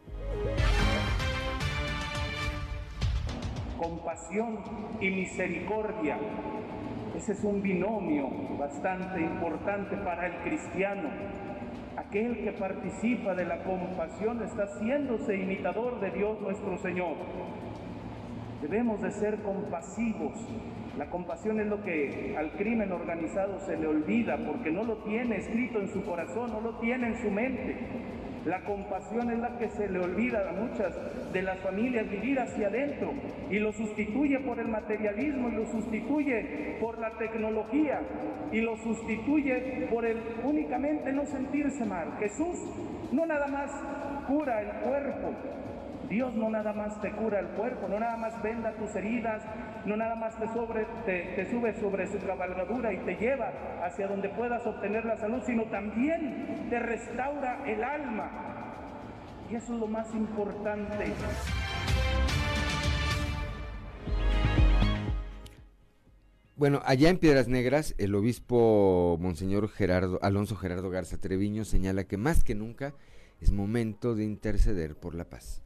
Compasión y misericordia. Ese es un binomio bastante importante para el cristiano. Aquel que participa de la compasión está haciéndose imitador de Dios nuestro Señor. Debemos de ser compasivos. La compasión es lo que al crimen organizado se le olvida porque no lo tiene escrito en su corazón, no lo tiene en su mente. La compasión es la que se le olvida a muchas de las familias vivir hacia adentro y lo sustituye por el materialismo y lo sustituye por la tecnología y lo sustituye por el únicamente no sentirse mal. Jesús no nada más cura el cuerpo, Dios no nada más te cura el cuerpo, no nada más venda tus heridas, no nada más te, sobre, te, te sube sobre su cabalgadura y te lleva hacia donde puedas obtener la salud, sino también te restaura el alma. Y eso es lo más importante. Bueno, allá en Piedras Negras, el obispo Monseñor Gerardo, Alonso Gerardo Garza Treviño señala que más que nunca es momento de interceder por la paz.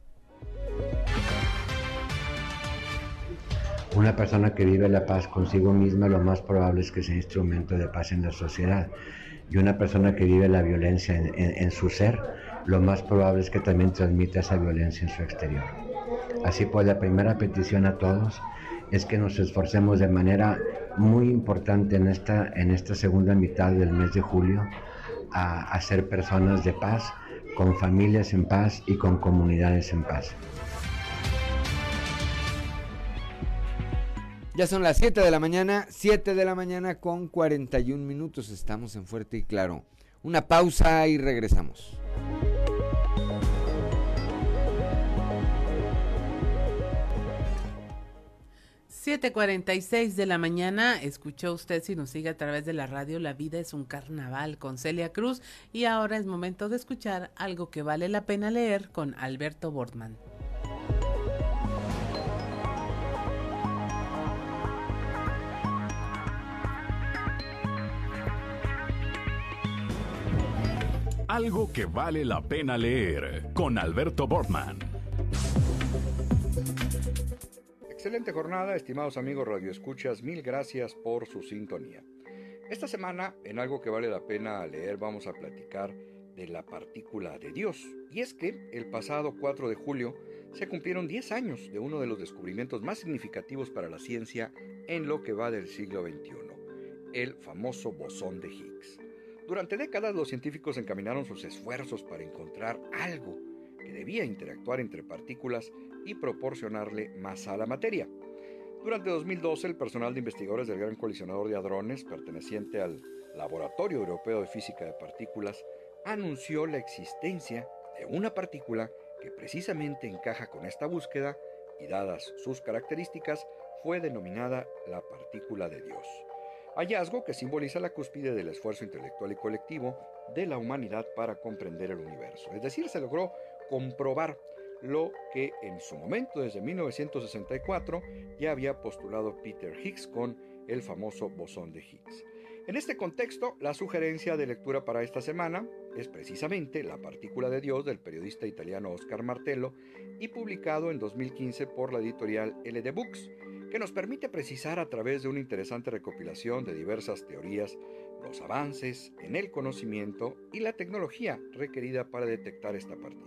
Una persona que vive la paz consigo misma lo más probable es que sea instrumento de paz en la sociedad. Y una persona que vive la violencia en, en, en su ser, lo más probable es que también transmita esa violencia en su exterior. Así pues, la primera petición a todos es que nos esforcemos de manera muy importante en esta, en esta segunda mitad del mes de julio a, a ser personas de paz, con familias en paz y con comunidades en paz. Ya son las siete de la mañana, siete de la mañana con cuarenta y un minutos, estamos en Fuerte y Claro. Una pausa y regresamos. siete cuarenta y seis de la mañana, escuchó usted, si nos sigue a través de la radio, La vida es un carnaval con Celia Cruz, y ahora es momento de escuchar algo que vale la pena leer con Alberto Bortman. Algo que vale la pena leer con Alberto Bortman. Excelente jornada, estimados amigos radioescuchas, mil gracias por su sintonía. Esta semana, en Algo que vale la pena leer, vamos a platicar de la partícula de Dios. Y es que el pasado cuatro de julio se cumplieron diez años de uno de los descubrimientos más significativos para la ciencia en lo que va del siglo veintiuno, el famoso bosón de Higgs. Durante décadas los científicos encaminaron sus esfuerzos para encontrar algo que debía interactuar entre partículas y proporcionarle masa a la materia. Durante dos mil doce, el personal de investigadores del Gran Colisionador de Hadrones, perteneciente al Laboratorio Europeo de Física de Partículas, anunció la existencia de una partícula que precisamente encaja con esta búsqueda y, dadas sus características, fue denominada la partícula de Dios. Hallazgo que simboliza la cúspide del esfuerzo intelectual y colectivo de la humanidad para comprender el universo. Es decir, se logró comprobar lo que en su momento, desde mil novecientos sesenta y cuatro, ya había postulado Peter Higgs con el famoso bosón de Higgs. En este contexto, la sugerencia de lectura para esta semana es precisamente La partícula de Dios, del periodista italiano Oscar Martello, y publicado en dos mil quince por la editorial L D Books, que nos permite precisar a través de una interesante recopilación de diversas teorías los avances en el conocimiento y la tecnología requerida para detectar esta partícula.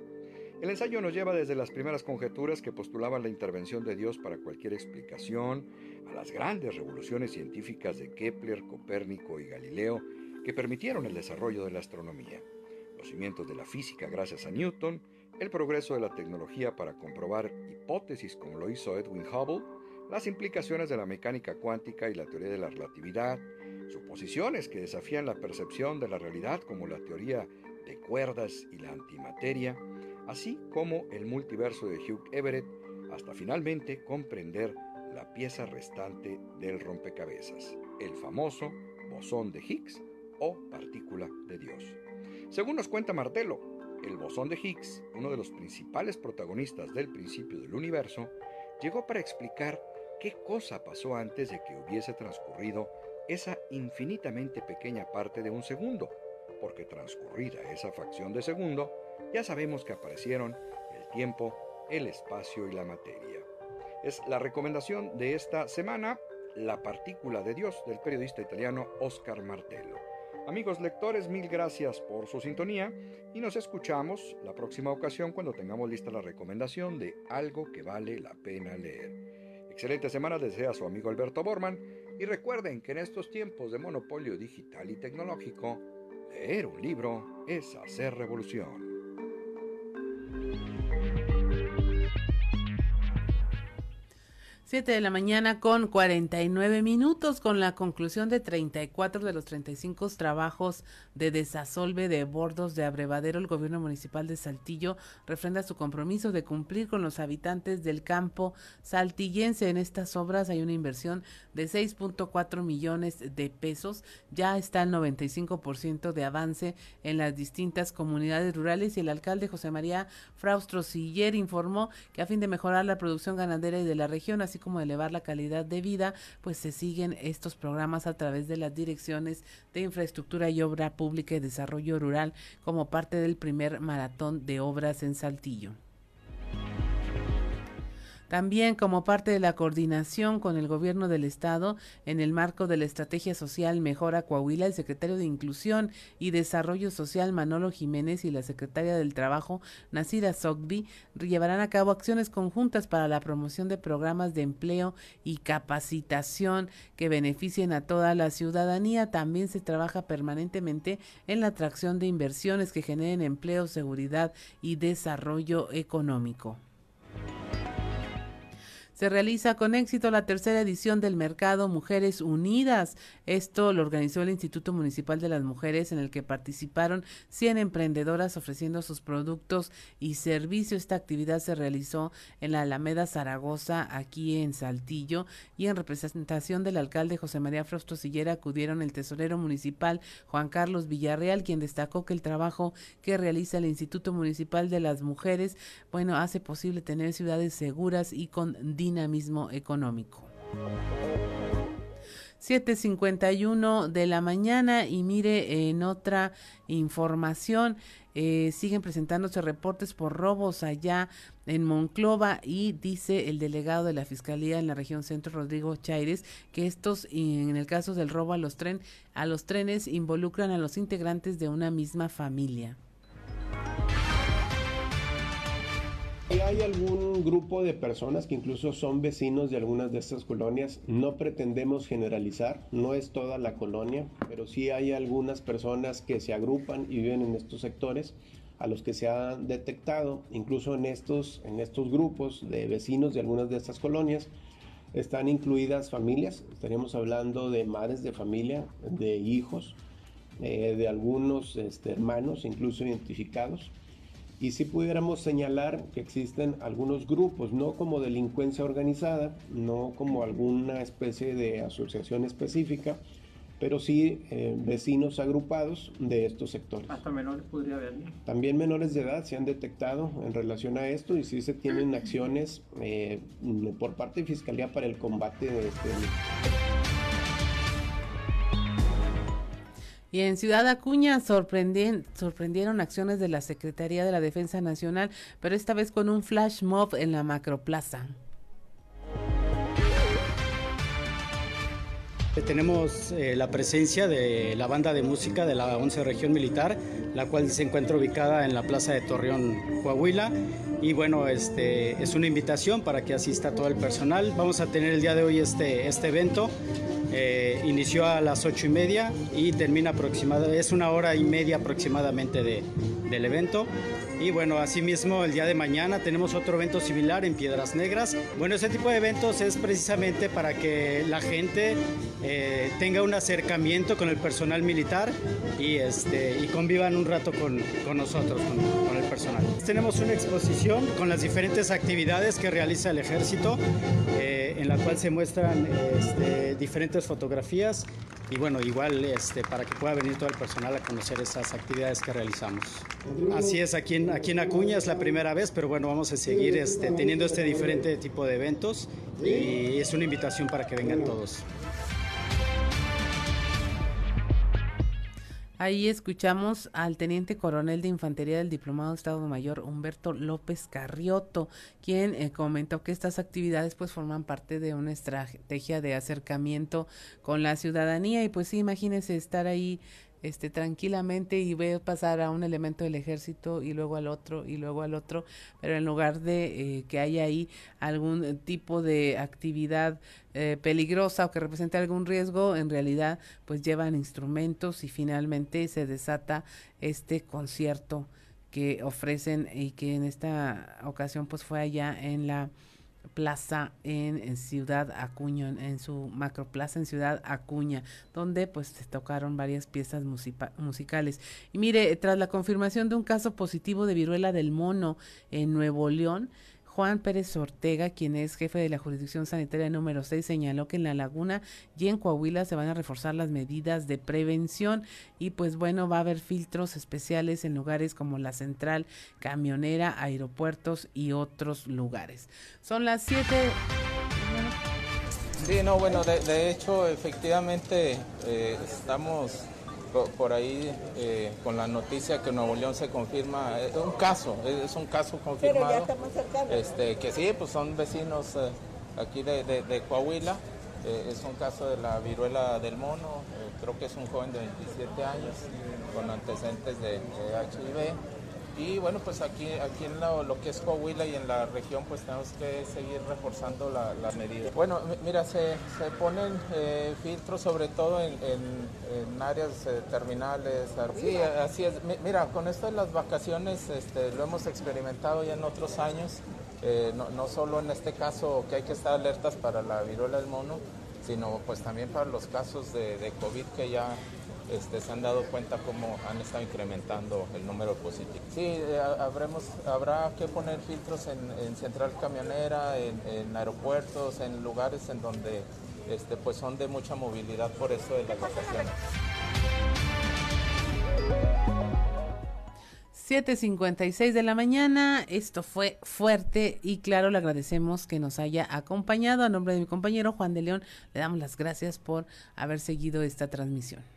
El ensayo nos lleva desde las primeras conjeturas que postulaban la intervención de Dios para cualquier explicación, a las grandes revoluciones científicas de Kepler, Copérnico y Galileo, que permitieron el desarrollo de la astronomía, los cimientos de la física gracias a Newton, el progreso de la tecnología para comprobar hipótesis como lo hizo Edwin Hubble, las implicaciones de la mecánica cuántica y la teoría de la relatividad, suposiciones que desafían la percepción de la realidad como la teoría de cuerdas y la antimateria, así como el multiverso de Hugh Everett, hasta finalmente comprender la pieza restante del rompecabezas, el famoso bosón de Higgs o partícula de Dios. Según nos cuenta Martello, el bosón de Higgs, uno de los principales protagonistas del principio del universo, llegó para explicar qué cosa pasó antes de que hubiese transcurrido esa infinitamente pequeña parte de un segundo, porque transcurrida esa fracción de segundo, ya sabemos que aparecieron el tiempo, el espacio y la materia. Es la recomendación de esta semana, La partícula de Dios, del periodista italiano Oscar Martello. Amigos lectores, mil gracias por su sintonía y nos escuchamos la próxima ocasión cuando tengamos lista la recomendación de algo que vale la pena leer. Excelente semana les desea su amigo Alberto Bortman y recuerden que en estos tiempos de monopolio digital y tecnológico, leer un libro es hacer revolución. Siete de la mañana con cuarenta y nueve minutos, con la conclusión de treinta y cuatro de los treinta y cinco trabajos de desasolve de bordos de abrevadero. El gobierno municipal de Saltillo refrenda su compromiso de cumplir con los habitantes del campo saltillense. En estas obras hay una inversión de seis punto cuatro millones de pesos. Ya está el noventa y cinco por ciento de avance en las distintas comunidades rurales, y el alcalde José María Fraustro Siller informó que a fin de mejorar la producción ganadera y de la región, así como elevar la calidad de vida, pues se siguen estos programas a través de las direcciones de infraestructura y obra pública y desarrollo rural, como parte del primer maratón de obras en Saltillo. También, como parte de la coordinación con el gobierno del estado en el marco de la estrategia social Mejora Coahuila, el secretario de Inclusión y Desarrollo Social Manolo Jiménez y la secretaria del Trabajo Nasira Sogbi llevarán a cabo acciones conjuntas para la promoción de programas de empleo y capacitación que beneficien a toda la ciudadanía. También se trabaja permanentemente en la atracción de inversiones que generen empleo, seguridad y desarrollo económico. Se realiza con éxito la tercera edición del Mercado Mujeres Unidas. Esto lo organizó el Instituto Municipal de las Mujeres, en el que participaron cien emprendedoras ofreciendo sus productos y servicios. Esta actividad se realizó en la Alameda Zaragoza, aquí en Saltillo, y en representación del alcalde José María Fraustro Siller acudieron el tesorero municipal Juan Carlos Villarreal, quien destacó que el trabajo que realiza el Instituto Municipal de las Mujeres, bueno, hace posible tener ciudades seguras y con dinamismo económico. siete cincuenta y uno de la mañana, y mire, en otra información, eh, siguen presentándose reportes por robos allá en Monclova, y dice el delegado de la Fiscalía en la región centro, Rodrigo Chaires, que estos, en el caso del robo a los tren, a los trenes, involucran a los integrantes de una misma familia. Hay algún grupo de personas que incluso son vecinos de algunas de estas colonias. No pretendemos generalizar, no es toda la colonia, pero sí hay algunas personas que se agrupan y viven en estos sectores, a los que se ha detectado, incluso en estos, en estos grupos de vecinos de algunas de estas colonias, están incluidas familias. Estaríamos hablando de madres de familia, de hijos, eh, de algunos este, hermanos, incluso identificados. Y si pudiéramos señalar que existen algunos grupos, no como delincuencia organizada, no como alguna especie de asociación específica, pero sí eh, vecinos agrupados de estos sectores. ¿Hasta menores podría haber? También menores de edad se han detectado en relación a esto, y sí se tienen acciones eh, por parte de Fiscalía para el combate de este delito. Y en Ciudad Acuña sorprendieron, sorprendieron acciones de la Secretaría de la Defensa Nacional, pero esta vez con un flash mob en la Macroplaza. Tenemos eh, la presencia de la banda de música de la once Región Militar, la cual se encuentra ubicada en la Plaza de Torreón, Coahuila. Y bueno, este es una invitación para que asista todo el personal. Vamos a tener el día de hoy este, este evento. Eh, inició a las ocho y media y termina aproximadamente, es una hora y media aproximadamente de, del evento. Y bueno, asimismo el día de mañana tenemos otro evento similar en Piedras Negras. Bueno, ese tipo de eventos es precisamente para que la gente eh, tenga un acercamiento con el personal militar y, este, y convivan un rato con, con nosotros, con, con el personal. Tenemos una exposición con las diferentes actividades que realiza el Ejército, eh, en la cual se muestran este, diferentes fotografías, y bueno, igual este, para que pueda venir todo el personal a conocer esas actividades que realizamos. Así es, aquí en, aquí en Acuña es la primera vez, pero bueno, vamos a seguir este, teniendo este diferente tipo de eventos, y es una invitación para que vengan todos. Ahí escuchamos al teniente coronel de infantería del Diplomado de Estado Mayor Humberto López Carrioto, quien eh, comentó que estas actividades pues forman parte de una estrategia de acercamiento con la ciudadanía. Y pues sí, imagínense estar ahí este tranquilamente y ver pasar a un elemento del ejército y luego al otro y luego al otro, pero en lugar de eh, que haya ahí algún tipo de actividad eh, peligrosa o que represente algún riesgo, en realidad pues llevan instrumentos y finalmente se desata este concierto que ofrecen y que en esta ocasión pues fue allá en la plaza en, en Ciudad Acuña, en, en su macroplaza en Ciudad Acuña, donde pues se tocaron varias piezas musica, musicales. Y mire, tras la confirmación de un caso positivo de viruela del mono en Nuevo León, Juan Pérez Ortega, quien es jefe de la jurisdicción sanitaria número seis, señaló que en La Laguna y en Coahuila se van a reforzar las medidas de prevención y pues bueno, va a haber filtros especiales en lugares como la central camionera, aeropuertos y otros lugares. Son las siete. Sí, no, bueno, de, de hecho, efectivamente, eh, estamos por, por ahí eh, con la noticia que Nuevo León se confirma, es un caso, es un caso confirmado. Pero ya estamos cercanos. Este, que sí, pues son vecinos eh, aquí de, de, de Coahuila, eh, es un caso de la viruela del mono, eh, creo que es un joven de veintisiete años con antecedentes de, de H I V. Y bueno, pues aquí, aquí en lo, lo que es Coahuila y en la región, pues tenemos que seguir reforzando la, las medidas. Bueno, mira, se, se ponen eh, filtros sobre todo en, en, en áreas eh, terminales. Sí, así es. Mira, con esto de las vacaciones este, lo hemos experimentado ya en otros años, eh, no, no solo en este caso que hay que estar alertas para la viruela del mono, sino pues también para los casos de, de COVID que ya Este, se han dado cuenta cómo han estado incrementando el número de positivos. Sí, eh, habremos, habrá que poner filtros en, en central camionera, en, en aeropuertos, en lugares en donde este, pues son de mucha movilidad por eso de las vacaciones. siete cincuenta y seis de la mañana, esto fue Fuerte y Claro, le agradecemos que nos haya acompañado. A nombre de mi compañero Juan de León, le damos las gracias por haber seguido esta transmisión.